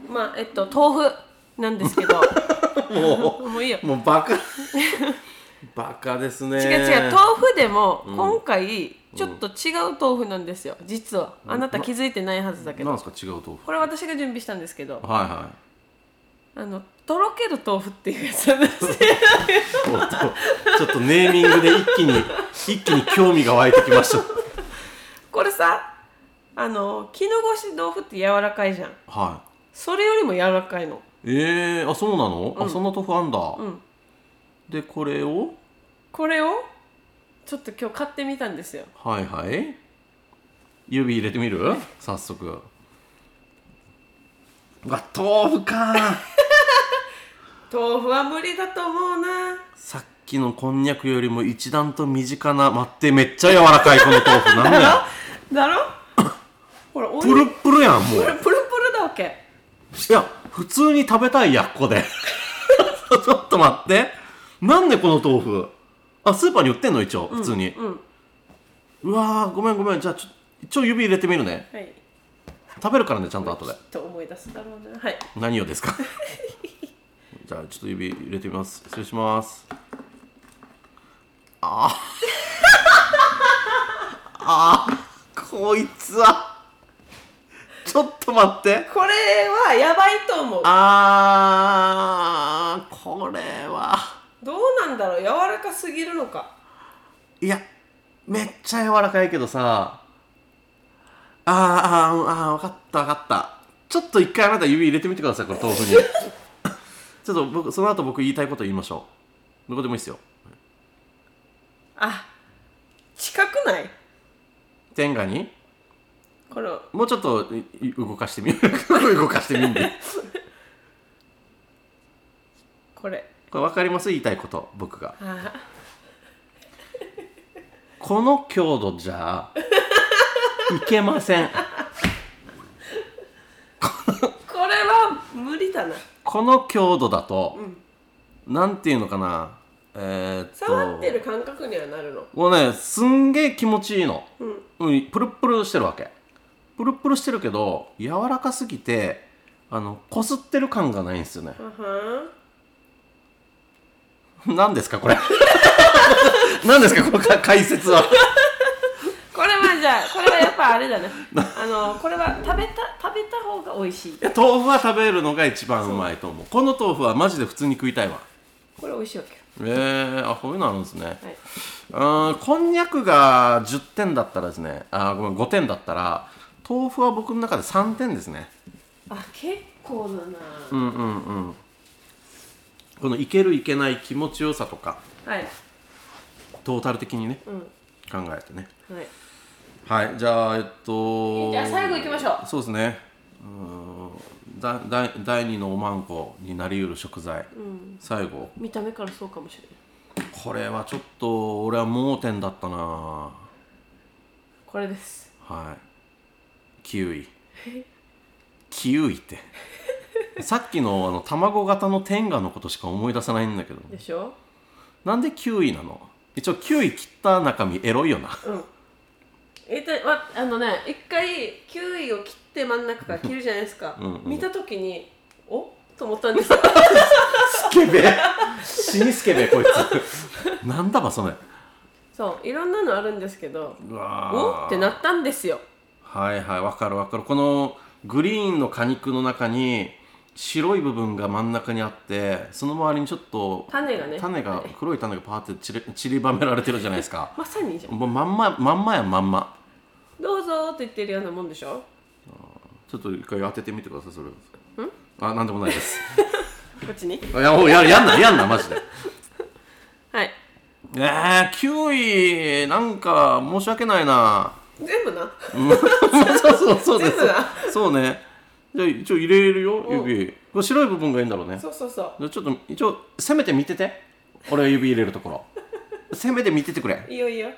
まあえっと豆腐なんですけどもうもういいよ。 もうバカバカですね。 違う違う、豆腐でも今回ちょっと違う豆腐なんですよ実は。あなた気づいてないはずだけど。 なんですか違う豆腐。 これ私が準備したんですけど、 はいはあのとろける豆腐っていうやつなんですよ。 い。ちょっとちょっとネーミングで一気に一気に興味が湧いてきました。 これさ、あの絹ごし豆腐って柔らかいじゃん。 はそれよりも柔らかいの。 い。えー、あ、そうなの、 うん、 あ、そんな豆腐あんだ。 うん、 でこれをこれをちょっと今日買ってみたんですよ。 はいはい。指入れてみる？早速。うわ、豆腐か豆腐は無理だと思うな。 さっきのこんにゃくよりも一段と身近な。待って、めっちゃ柔らかいこの豆腐。なんやだろほら、おプルップルやんもう。 プルプルプルだわけ。 いや、普通に食べたいやっこで。ちょっと待って、なんでこの豆腐。あ、スーパーに売ってんの一応普通に、 うんうん、 うわー、ごめんごめん。じゃあちょ一応指入れてみるね。 はい、 食べるからね、ちゃんと後で。 きっと思い出すだろうな。はい、 何をですか。じゃあちょっと指入れてみます。失礼します。あーあー、こいつはちょっと待って、 これはやばいと思う。 あー、これはどうなんだろう、柔らかすぎるのか。 いや、めっちゃ柔らかいけどさ、あーあーあー、分かった分かった。ちょっと一回あなた指入れてみてください、これ豆腐に。ちょっと僕その後僕言いたいこと言いましょう。どこでもいいですよ。 あ、近くない？ 天下にこれもうちょっとい動かしてみる。動かしてみんで。 これこれ分かります？言いたいこと。僕があこの強度じゃいけません。 これは無理だな。 この強度だと、 うん、 なんていうのかな、えー、っと触ってる感覚にはなるの。 もうね、すんげえ気持ちいいの、 うん、 うん、プルップルしてるわけ。プルップルしてるけど柔らかすぎてあのこすってる感がないんですよね。 uh-huh. 何ですかこれ。何ですかこの解説は。 これはじゃあこれはやっぱあれだね。あのこれは食べた食べた方が美味しい。 豆腐は食べるのが一番うまいと思う。この豆腐はマジで普通に食いたいわ。 これ美味しいわけ。 えー、あ、こういうのあるんですね。 はい、 うん、こんにゃくがじゅってんだったらですね、あ、ごめんごてんだったら豆腐は僕の中でさんてんですね。 あ、結構だな。 うんうんうん。このいけるいけない気持ちよさとか、 はい、 トータル的にね、 うん、 考えてね。 はい、 はい、じゃあえっとじゃあ最後いきましょう。 そうですね。うん、だだ第二のおまんこになりうる食材、 うん、 最後見た目からそうかもしれない。 これはちょっと俺は盲点だったな。 これです。 はい。キウイ。キウイってさっきのあの卵型の天下のことしか思い出さないんだけど。 でしょ。 なんでキウイなの？一応キウイ切った中身エロいよな。 うん。えっと、あのね、一回キウイを切って真ん中から切るじゃないですか。うん、うん、見たときにおと思ったんですよ。 スケベ死にスケベこいつなんだばそれ。 そういろんなのあるんですけど、 うわおってなったんですよ。 はいはい、わかるわかる。このグリーンの果肉の中に白い部分が真ん中にあって、その周りにちょっと種がね、 種が黒い種がパーってちり散りばめられてるじゃないですか。 まさにじゃん。 もうまんままんまやまんま。 どうぞって言ってるようなもんでしょ。 ちょっと一回当ててみてくださいそれ。ん？あ、なんでもないです。 こっちに？ いやもうややんなやんなマジで。 はい。 えー、キウイなんか申し訳ないな。 全部な。 そうそうそうです。 全部な。 そうね。じゃあ一応入れるよ指。これ白い部分がいいんだろうね。 そうそうそう。 じゃあちょっと一応せめて見てて。俺が指入れるところ。せめて見ててくれ。 いいよいいよ。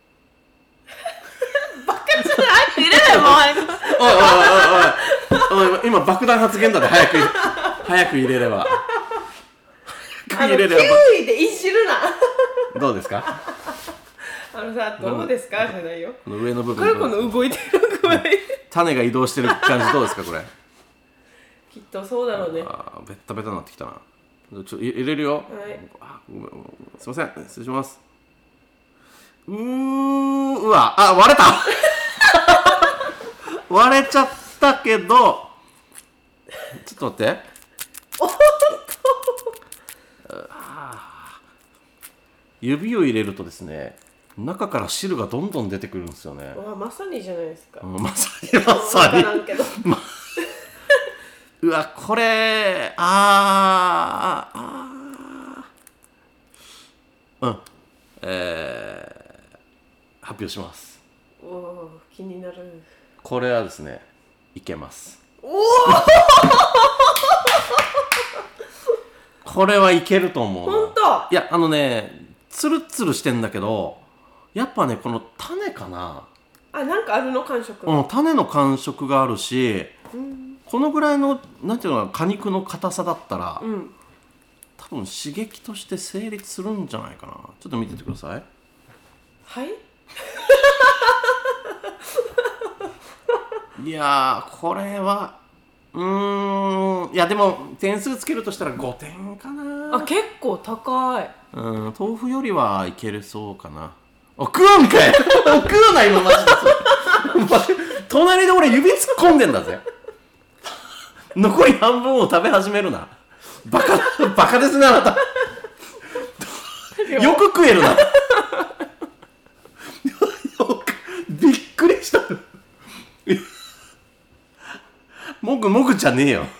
バカじゃない。入れないもん。 おいおいおいおい。今爆弾発言だね。早く早く入れれば。 早く入れれば。キウイでいじるな。 どうですか？ あのさ、どうですかじゃないよ。 この上の部分。 これこの動いてる具合。 種が移動してる感じどうですかこれ？ きっとそうだろうね。 ああ、ベッタベタになってきたな。ちょ入れるよ。 はい。 あ、ごめん、すいません、失礼します。うーうわ、あ、割れた。割れちゃったけど、ちょっと待って。 おっと。 指を入れるとですね、中から汁がどんどん出てくるんですよね。 わあ、まさにじゃないですか。 うん、まさにまさに。ま、うわ、これ、あー、あー、うん、えー、発表します。 おお、気になる。 これはですね、いけます。 おお。 これはいけると思う。 本当？ いや、あのね、ツルツルしてんだけど、やっぱね、この種かな。 あ、なんかあるの感触。 うん、種の感触があるし、 うん、このぐらいのなんていうのか果肉の硬さだったら、 うん、 多分刺激として成立するんじゃないかな。ちょっと見ててください。 はい。 いやー、これはうーん、いやでも点数つけるとしたらごてんかな。 あ、結構高い。 うん、豆腐よりはいけるそうかな。あ、食うんかい。食うな今マジで。隣で俺指突っ込んでんだぜ。残り半分を食べ始めるな。バカバカですねあなた。よく食えるな。よくびっくりした。もぐもぐじゃねえよ。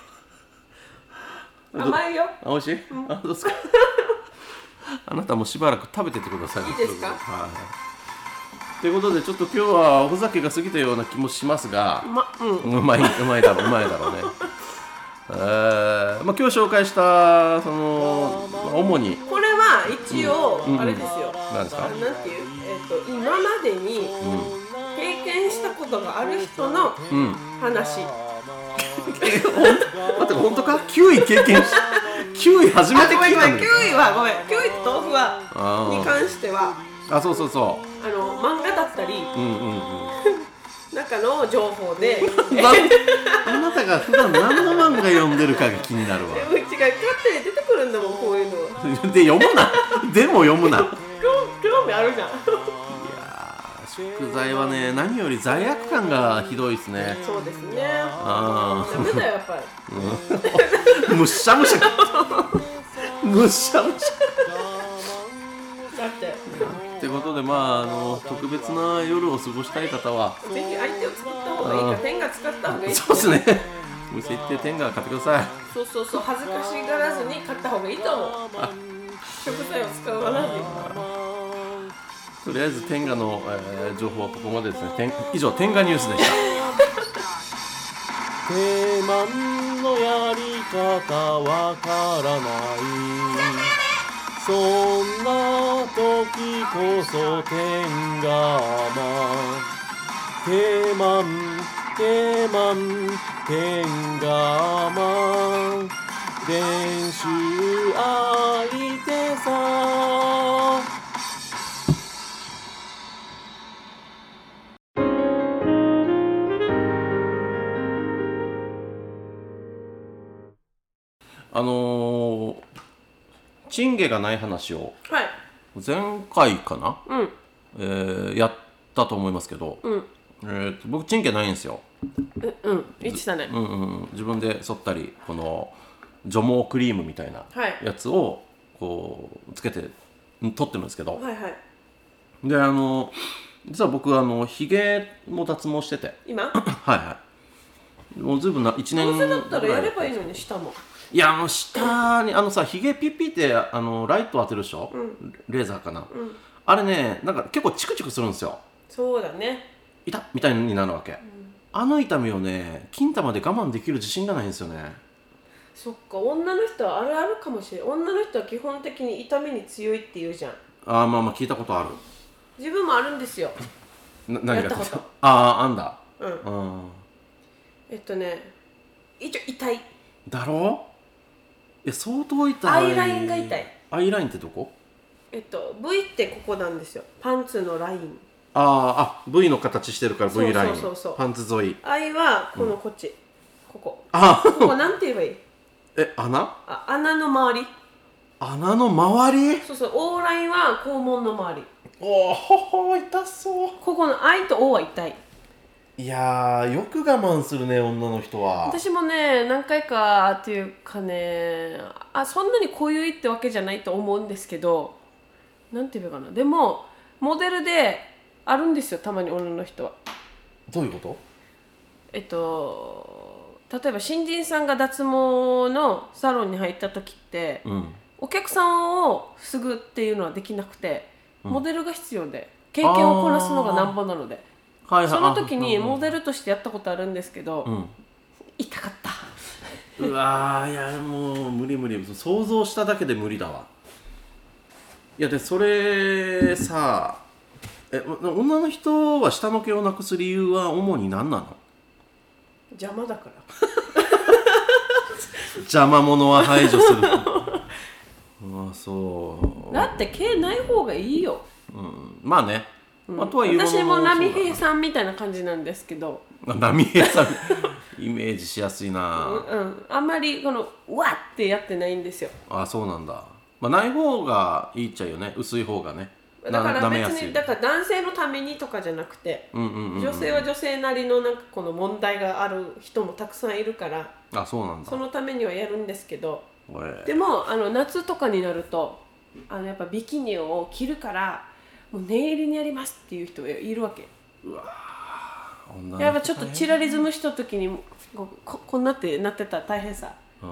甘いよ。 あ、おいしい？うん、あ、どうですか。あなたもしばらく食べててください。 いいですか？ はい。ということでちょっと今日はおふざけが過ぎたような気もしますが、 ま、うん、 うまいうまいだろううまいだろうね。えー、まあ今日紹介したその、まあ、主にこれは一応、 うん、 あれですよ。 何ですか？ なんていうえっ、ー、と今までに、うん、経験したことがある人の話。うん待って本当か？キウイ経験しキウイ初めて聞いたのに。 キウイはごめん、キウイと豆腐はに関してはあ、そうそうそう。 あの漫画だったり、 うんうんうん、 中の情報であなたが普段何の漫画読んでるかが気になるわ。 違う、勝手に出てくるんだもんこういうの。 で読むな。でも読むな。 興味あるじゃん。 食材はね、何より罪悪感がひどいですね。 そうですね。 ああ。 ダメだよやっぱり。むしゃむしゃ。むしゃむしゃ。 だって。 ってことでまああの特別な夜を過ごしたい方は、 ぜひ相手を作った方がいいか、天が使った方がいい。 そうですね。お店行って天が買ってください。 そうそうそう、恥ずかしがらずに買った方がいいと思う。食材を使わないで。 とりあえず天下の、えー、情報はここまでですね。以上天下ニュースでした。定番のやり方わからない。 そんな時こそ天がテマンテマン天がま練習相手さ。あのー、チンゲがない話をはい前回かな、 うんえーやったと思いますけど、 うんえーと僕チンゲないんですよ。 ううん言ってたねうんうんうん、自分で剃ったりこの除毛クリームみたいなはいやつをこうつけてん取ってるんですけど、 はいはいであの実は僕あのひげも脱毛してて今はいはいもうずいぶんないちねんどうせだったらぐらいやればいいのに下もいやあの下にあのさひげピッピってあのライト当てるでしょ、 うんレーザーかな、 うんあれねなんか結構チクチクするんですよ。 そうだね痛っみたいになるわけ、あの痛みをね金玉で我慢できる自信がないんですよね。 そっか女の人はあるあるかもしれない女の人は基本的に痛みに強いって言うじゃんああまあまあ聞いたことある。 自分もあるんですよな何がやったことあああんだうんうんえっとね一応痛いだろう。いや相当痛い。 アイラインが痛い。 アイラインってどこ？ えっと V ってここなんですよパンツのラインあーあ V の形してるから V ライン。 そうそうそうそうパンツ沿い。 I はこのこっち、ここあここなんて言えばいいえ穴あ穴の周り穴の周り。 そうそう O ラインは肛門の周りおおほほ痛そう。 ここの I と O は痛いいやーよく我慢するね女の人は。 私もね何回かっていうかねあそんなに濃ゆいってわけじゃないと思うんですけどなんて言えばいいかなでもモデルであるんですよたまに女の人はどういうこと？ えっと例えば新人さんが脱毛のサロンに入った時って、 うん、 お客さんをすぐっていうのはできなくて、うん、モデルが必要で経験をこなすのがなんぼなので、はいはい、その時にモデルとしてやったことあるんですけど、うん、痛かったうわーいやもう無理無理想像しただけで無理だわ。いやでそれさえ女の人は下の毛をなくす理由は主に何なの？ 邪魔だから邪魔者は排除するああそうだって毛ない方がいいよ、 うん、まあね、うんまあ、とはいうもの私も波平さんみたいな感じなんですけど波平さんイメージしやすいな、 うん、うん、あんまりこのうわってやってないんですよ。 ああそうなんだ、まあ、ない方がいいっちゃいよね薄い方がねだから別にだから男性のためにとかじゃなくて、うんうんうんうん、女性は女性なりのなんかこの問題がある人もたくさんいるからあそうなんだそのためにはやるんですけどでもあの夏とかになるとあのやっぱビキニを着るからもう念入りにやりますっていう人がいるわけ。うわやっぱちょっとチラリズムした時に こ, こ, こんなってなってたら大変さ、 うん、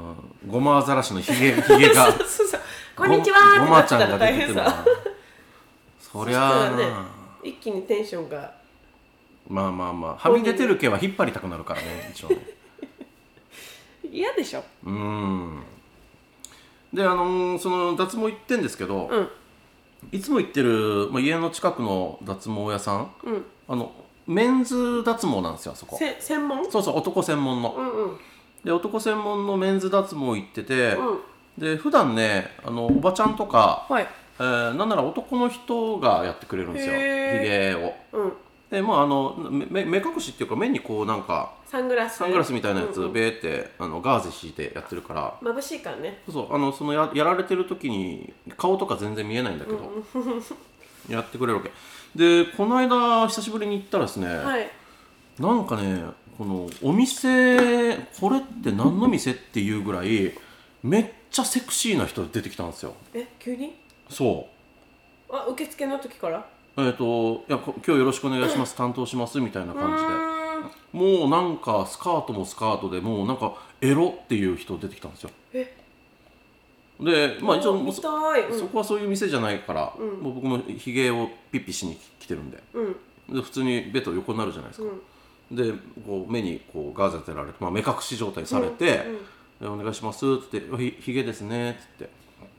ごまアザラシのひげひげがそうそうそうこんにちはーってなってたら大変さそりゃあな、 ね、一気にテンションがまあまあまあはみ出てる毛は引っ張りたくなるからね一応ね嫌でしょ。 うんであのー、その脱毛行ってんですけど、 うん、 いつも行ってる、まあ、家の近くの脱毛屋さん、うん、あのメンズ脱毛なんですよそこ専門そうそう男専門の、 うんうん、 で男専門のメンズ脱毛行ってて、うん、で普段ねあのおばちゃんとか、はいえー、なんなら男の人がやってくれるんですよひげを、うん、でまああの目目隠しっていうか目にこうなんかサングラスサングラスみたいなやつ、うんうん、ベーってあのガーゼ敷いてやってるから眩しいからねそうそうあのその や, やられてる時に顔とか全然見えないんだけど、うん、やってくれるわけでこの間久しぶりに行ったらですね、はい、なんかねこのお店これって何の店っていうぐらいめっちゃセクシーな人出てきたんですよ。 え急にそうあ受付の時からえっ、ー、といや今日よろしくお願いします担当しますみたいな感じでもうなんかスカートもスカートでもうなんかエロっていう人出てきたんですよ。えでまあ一応そ、うん、そこはそういう店じゃないから、うん、もう僕もひげをピッピしに来てるんで、うん、で普通にベッド横になるじゃないですか、うん、でこう目にこうガーゼ当てられて、まあ、目隠し状態されて、うんうん、お願いしますって言ってひげですねって言って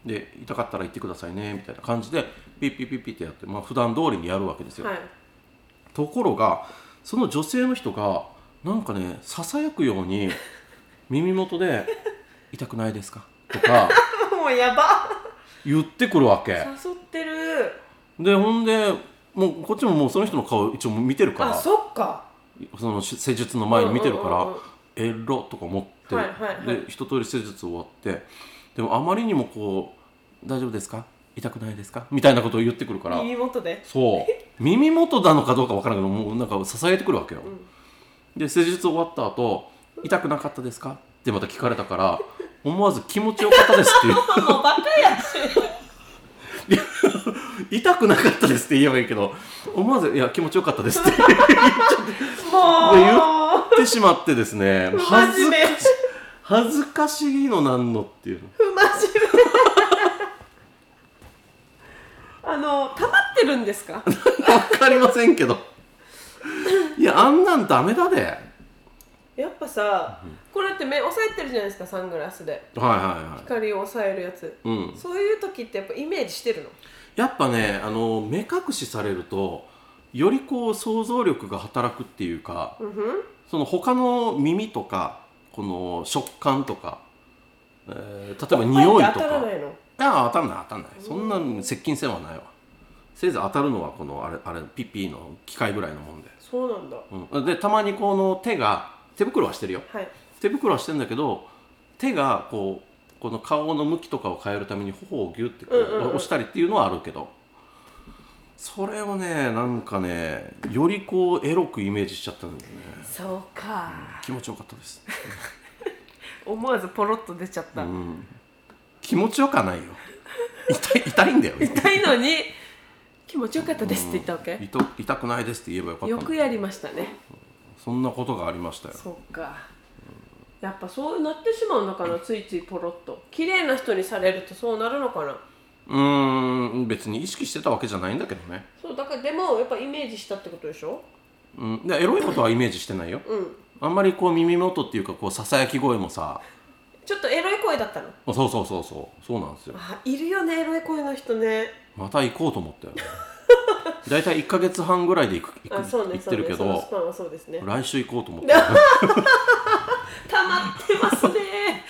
で痛かったら言ってくださいねみたいな感じでピッピッピッピッってやって、まあ、普段通りにやるわけですよ、はい、ところがその女性の人がなんかねささやくように耳元で「痛くないですか?」とかもうやば言ってくるわけ。 誘ってる。でほんでもうこっちももうその人の顔一応見てるから、 あ、そっか、 その施術の前に見てるから、 うんうんうんうん、 えろとか思って、 はいはいはい、 で一通り施術終わって、でもあまりにもこう大丈夫ですか、痛くないですかみたいなことを言ってくるから、 耳元で、 そう耳元なのかどうかわからないけど、もうなんか支えてくるわけよ、うん、で施術終わった後、痛くなかったですかってまた聞かれたから思わず気持ちよかったですっていうもうバカやし痛くなかったですって言えばいいけど、思わずいや気持ちよかったですって言っってしまってですね、恥ずかし恥ずかしいのなんのっていうの不真面目あの溜まってるんですかわかりませんけどいやあんなんダメだで。 やっぱさ、うん、これって目押さえてるじゃないですか、サングラスで、 はいはいはい、 光を抑えるやつ、うん、そういう時ってやっぱイメージしてるの？ やっぱね、あの目隠しされるとよりこう想像力が働くっていうか、うん、その他の耳とかこの食感とか、えー、例えば匂いとか、当たらないの？いや当たんない当たんない、そんな接近戦はないわ。せいぜい当たるのはこのあれあれピッピーの機械ぐらいのもんで。 そうなんだ、 うん、でたまにこの手が手袋はしてるよ、はい、手袋はしてるんだけど手がこうこの顔の向きとかを変えるために頬をギュッてこう、うんうんうん、押したりっていうのはあるけど、それをねなんかねよりこうエロくイメージしちゃったんだよね。 そうか、 うん、気持ちよかったです思わずポロッと出ちゃった、 うん、気持ちよかないよ痛い、痛いんだよ痛いのに気持ちよかったですって言ったわけ、 うん、痛くないですって言えばよかった。 よくやりましたね、 そんなことがありましたよ。 そうか、やっぱそうなってしまうのかな、ついついポロッと。綺麗な人にされるとそうなるのかな。 うーん、別に意識してたわけじゃないんだけどね。 そうだから、でもやっぱイメージしたってことでしょ。 うん、でエロいことはイメージしてないよ、うん、あんまりこう耳元っていうかこうささやき声もさちょっとエロい声だったの。 そうそうそうそうそうなんですよ。 あ、いるよねエロい声の人ね。 また行こうと思ったよねだいたいいっかげつはんぐらいで行く行く、ね、行ってるけど、ねそうですね、来週行こうと思ってたまってますね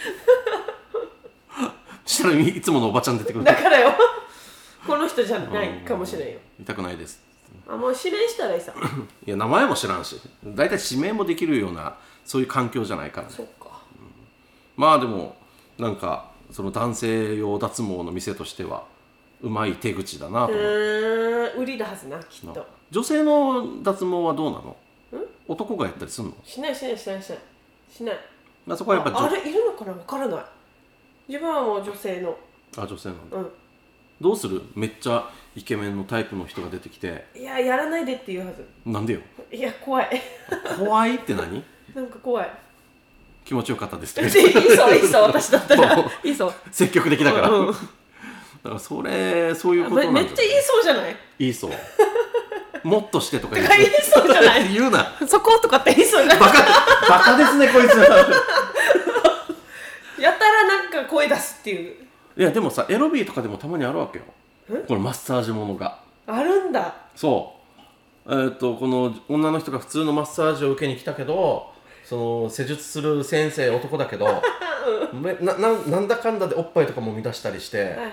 したらいつものおばちゃん出てくる。 だからよこの人じゃないかもしれんよ。 痛くないです。 あ、もう指名したらいいさいや名前も知らんし、だいたい指名もできるようなそういう環境じゃないからね。 そうか、うん、 まあでもなんかその男性用脱毛の店としてはうまい手口だなと思って。 売りだはずな、きっと。 女性の脱毛はどうなの？男がやったりするの？ しないしないしないしないしない。 まあそこはやっぱあ, あれいるのかな、分からない。自分はもう女性の。 あ、女性なんだ、 うん、 どうする？めっちゃイケメンのタイプの人が出てきて、 いややらないでって言うはず。 なんでよ。 いや怖い怖いって何？ なんか怖い。 気持ちよかったですっていいそういいそう私だったらいいそう積極的だから、うんうん、だからそれそういうことなんだ。 めっちゃ言いそうじゃない？ 言いそうもっとしてとか言いそうじゃない言うなそことかって言いそうじゃない？ バカバカですねこいつやたらなんか声出すっていう。 いやでもさエロビーとかでもたまにあるわけよ、このマッサージものがあるんだ。 そうえー、っとこの女の人が普通のマッサージを受けに来たけど、その施術する先生男だけど、うん、な, な, なんだかんだでおっぱいとかも乱したりして、はいはいはい、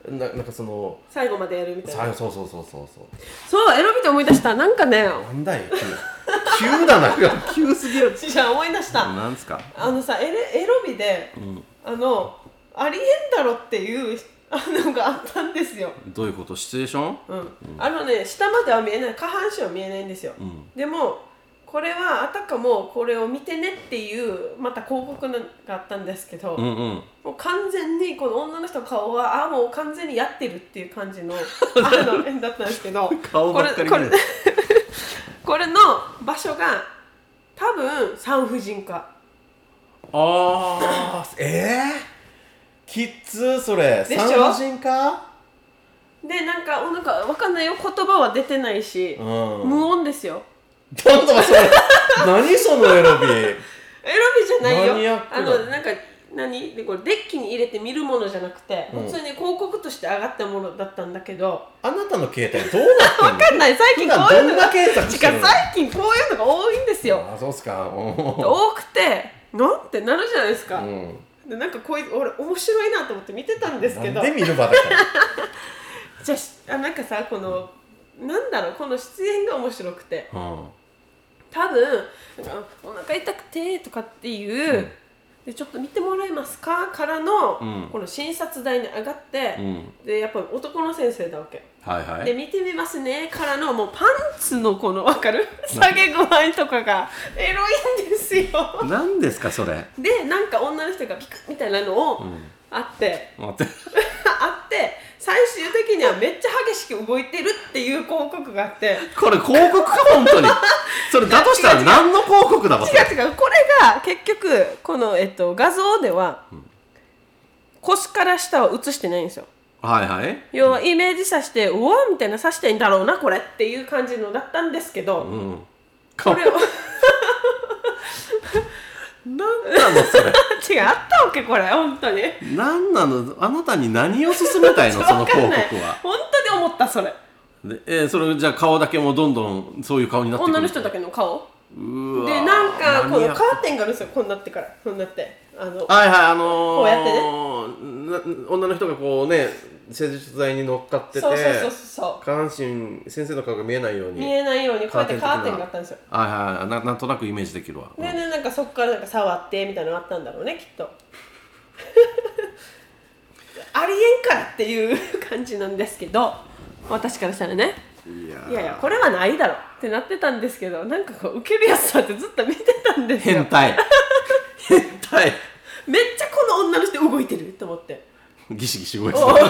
な, なんかその最後までやるみたいな。 そうそうそうそうそうそうエロビって思い出した。なんかね、 なんだい急急だな急すぎるじゃあ思い出した。 なんすかあのさエレエロビで、うん、あのありえんだろっていうあのがあったんですよ。 どういうこと？シチュエーション？ うん、うん、あのね下までは見えない、下半身は見えないんですよ、うん、でもこれはあたかもこれを見てねっていうまた広告があったんですけど、うんうん、もう完全にこの女の人の顔はあもう完全にやってるっていう感じのあの絵だったんですけど顔ばっかり見る。 これこれの場所が多分産婦人科。 あーえーキッズそれ産婦人科でなんかなんかわかんないよ、言葉は出てないし、うん、無音ですよ。 なんだそれ何そのエロビエロビじゃないよ。あのなんか何でこれデッキに入れて見るものじゃなくて、うん、普通に広告として上がったものだったんだけど、 あなたの携帯どうなってんの？ わかんない。最近こういうのが最近こういうのが多いんですよ。 あ、そうっすか。 多くてなんてなるじゃないですか、 うん、 でなんかこういう俺面白いなと思って見てたんですけど、 なんで見る場だからじゃあ、あなんかさ、このなんだろう、この出演が面白くて、うん、多分なんかお腹痛くてとかっていう、うん、でちょっと見てもらえますかからの、うん、この診察台に上がって、うん、でやっぱり男の先生だわけ、はいはい、で見てみますねからのもうパンツのこの分かる下げ具合とかがエロいんですよ。 何ですかそれでなんか女の人がピクッみたいなのを、うん、あってあってあって最終的にはめっちゃ激しく動いてるっていう広告があって、 これ広告か本当にそれだとしたら何の広告だろう。 違う違う、これが結局この、えっと、画像では、うん、腰から下を映してないんですよ。 はいはい、 要はイメージさせてうわみたいなさしてんだろうなこれっていう感じのだったんですけど、うん、これを何なのそれ違う、あったわけこれ本当に何なの、あなたに何を勧めたいのその広告は。 本当に思ったそれで、えー、それじゃあ顔だけもどんどんそういう顔になってくる。 女の人だけの顔うわで、なんかこのカーテンがあるんですよ、こうなってからこうなってあのはいはい、あのー、 こうやってね、 女の人がこうね施術台に乗っかってて、 そうそうそうそう、 下半身先生の顔が見えないように見えないようにこうやってカーテンがあったんですよ。 はいはい、な、なんとなくイメージできるわ。 でね、うん、なんかそこからなんか触ってみたいなのがあったんだろうねきっとありえんからっていう感じなんですけど、私からしたらね、いやいやいやこれはないだろってなってたんですけど、なんかこうウケるやつだってずっと見てたんですよ。 変態変態めっちゃこの女の人動いてると思ってギシギシ動いてたもう顔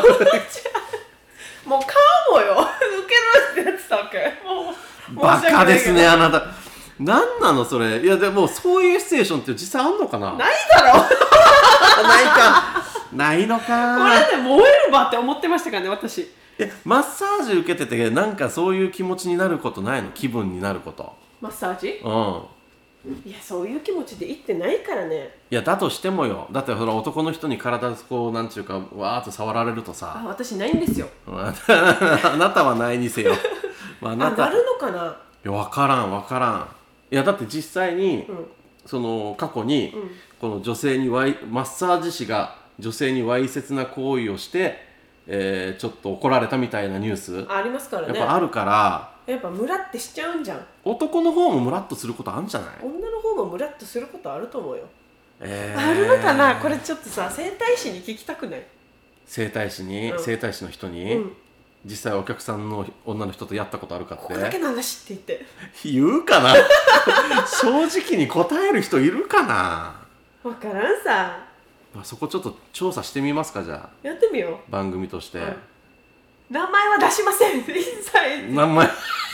もよウケるってやってたわけ。もうバカですねあなた。なんなのそれ。いやでもそういうシチュエーションって実際あんのかな。 ないだろないかないのか。 これで燃えるばって思ってましたからね私。 え、マッサージ受けててなんかそういう気持ちになることないの？気分になること。 マッサージ？ うん。 いやそういう気持ちで行ってないからね。 いやだとしてもよ、だってその男の人に体こうなんちゅうかわーっと触られるとさ、 あ、私ないんですよあなたはないにせよまあ、あなたあなるのかな。 いや分からん分からん。いやだって実際に、うん、その過去に、うん、この女性にわいマッサージ師が女性にわいせつな行為をして、えー、ちょっと怒られたみたいなニュースあ, ありますからね。 やっぱあるから、 やっぱムラってしちゃうんじゃん。 男の方もムラっとすることあるんじゃない？ 女の方もムラっとすることあると思うよ。 えー、 あるのかな。これちょっとさ整体師に聞きたくない？ 整体師に、うん、整体師の人に、うん、実際お客さんの女の人とやったことあるかって。 ここだけの話って言って言うかな正直に答える人いるかな。 分からんさ。 まあ、そこちょっと調査してみますか。じゃあやってみよう、番組として、うん、 名前は出しません一切。 名前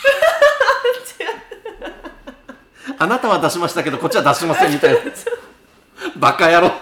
あなたは出しましたけどこっちは出しませんみたいなバカ野郎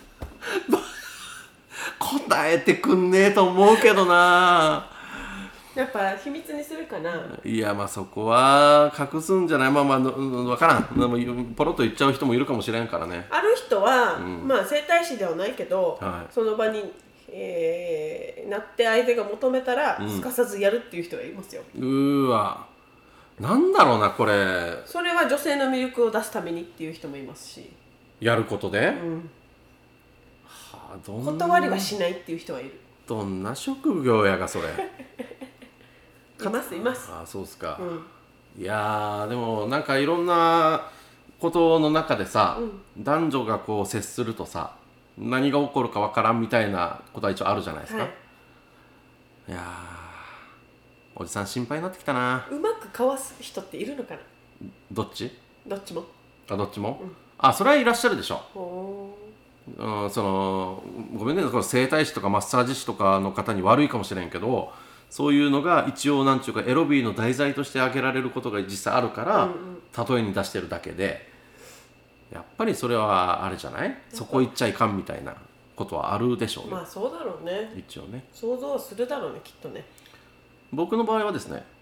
答えてくんねえと思うけどな。 やっぱ秘密にするかな。 いやまあそこは隠すんじゃない。まあまあ分からん。でもポロッと言っちゃう人もいるかもしれんからね。 ある人は、うん、まあ整体師ではないけど、 はい、 その場に、えー、なって相手が求めたら、うん、すかさずやるっていう人がいますよ。 うーわ、なんだろうなこれ。 それは女性の魅力を出すためにっていう人もいますし、 やることで、うん、 はあ、どんな断りはしないっていう人はいる。 どんな職業やがそれいますいます。 ああそうっすか、 うん、 いやでもなんかいろんなことの中でさ、うん、男女がこう接するとさ何が起こるかわからんみたいなことは一応あるじゃないですか、はい、いやおじさん心配になってきたな。 うまくかわす人っているのかな。 どっちどっちもあどっちも、うん、あそれはいらっしゃるでしょ。 ほうん、そのごめんね、この整体師とかマッサージ師とかの方に悪いかもしれんけど、そういうのが一応なんちゅうかエロビーの題材として挙げられることが実際あるから、うんうん、例えに出してるだけで、やっぱりそれはあれじゃない、そこ行っちゃいかんみたいなことはあるでしょうね。 まあそうだろうね。 一応ね想像はするだろうねきっとね。 僕の場合はですね、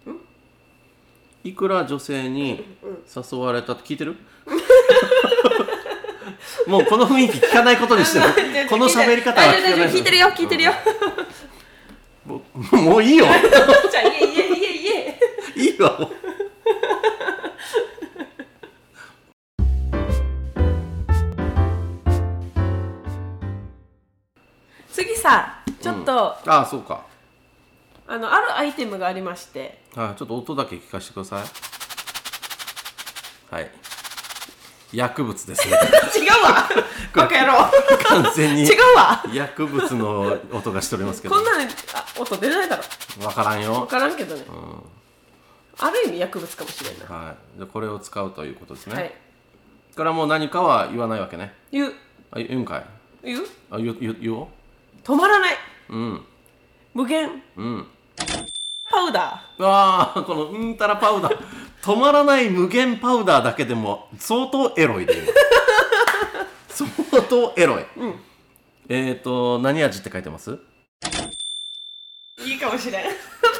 いくら女性に誘われたって聞いてるもうこの雰囲気聞かないことにしてるこの喋り方は聞かない。 聞いてるよ聞いてるよ、 うん、も, もういいよじゃあ言え言え言え言えいいわもう次さちょっと、うん、 ああそうか、 あのあるアイテムがありまして、 はい、ちょっと音だけ聞かせてください。はい、薬物ですね違うわバカ野郎完全に違うわ薬物の音がしておりますけど、 こんなの音出ないだろ。 分からんよ、 分からんけどね、 うん、 ある意味薬物かもしれない。 はい、じゃこれを使うということですね。 はい、 からもう何かは言わないわけね。 言う。 あ、言うんかい。 言う。 あ、言う言う言おう。 止まらない。 うん。 無限。 うん。 パウダー。ああ、このうんたらパウダー。止まらない無限パウダーだけでも相当エロいでいう。相当エロい。 うん。 えっと何味って書いてます？ いいかもしれん。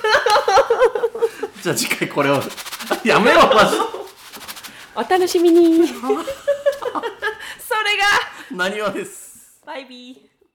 じゃあ次回これをやめろマジ。 お楽しみに。それがなにわです。 バイビー。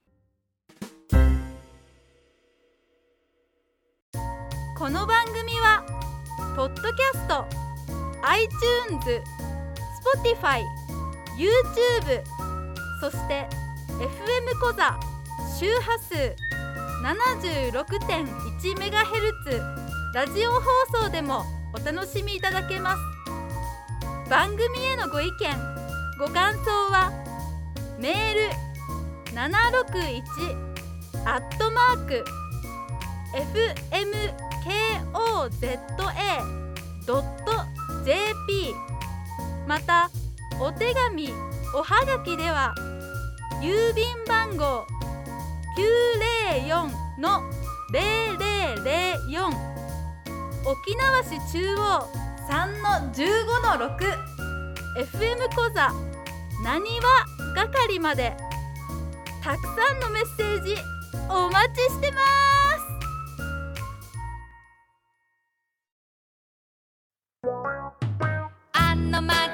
この番組はポッドキャスト、iTunes、Spotify、YouTube、そして エフエム コザ周波数 ななじゅうろくてんいちメガヘルツ ラジオ放送でもお楽しみいただけます。番組へのご意見、ご感想はメールななろくいちアットマーク エフエムケーオーゼットエードットジェーピー またお手紙おはがきでは郵便番号 きゅうぜろよん ゼロゼロゼロよん 沖縄市中央 さんのじゅうごのろく エフエム コザなにわ係までたくさんのメッセージお待ちしてます。あのま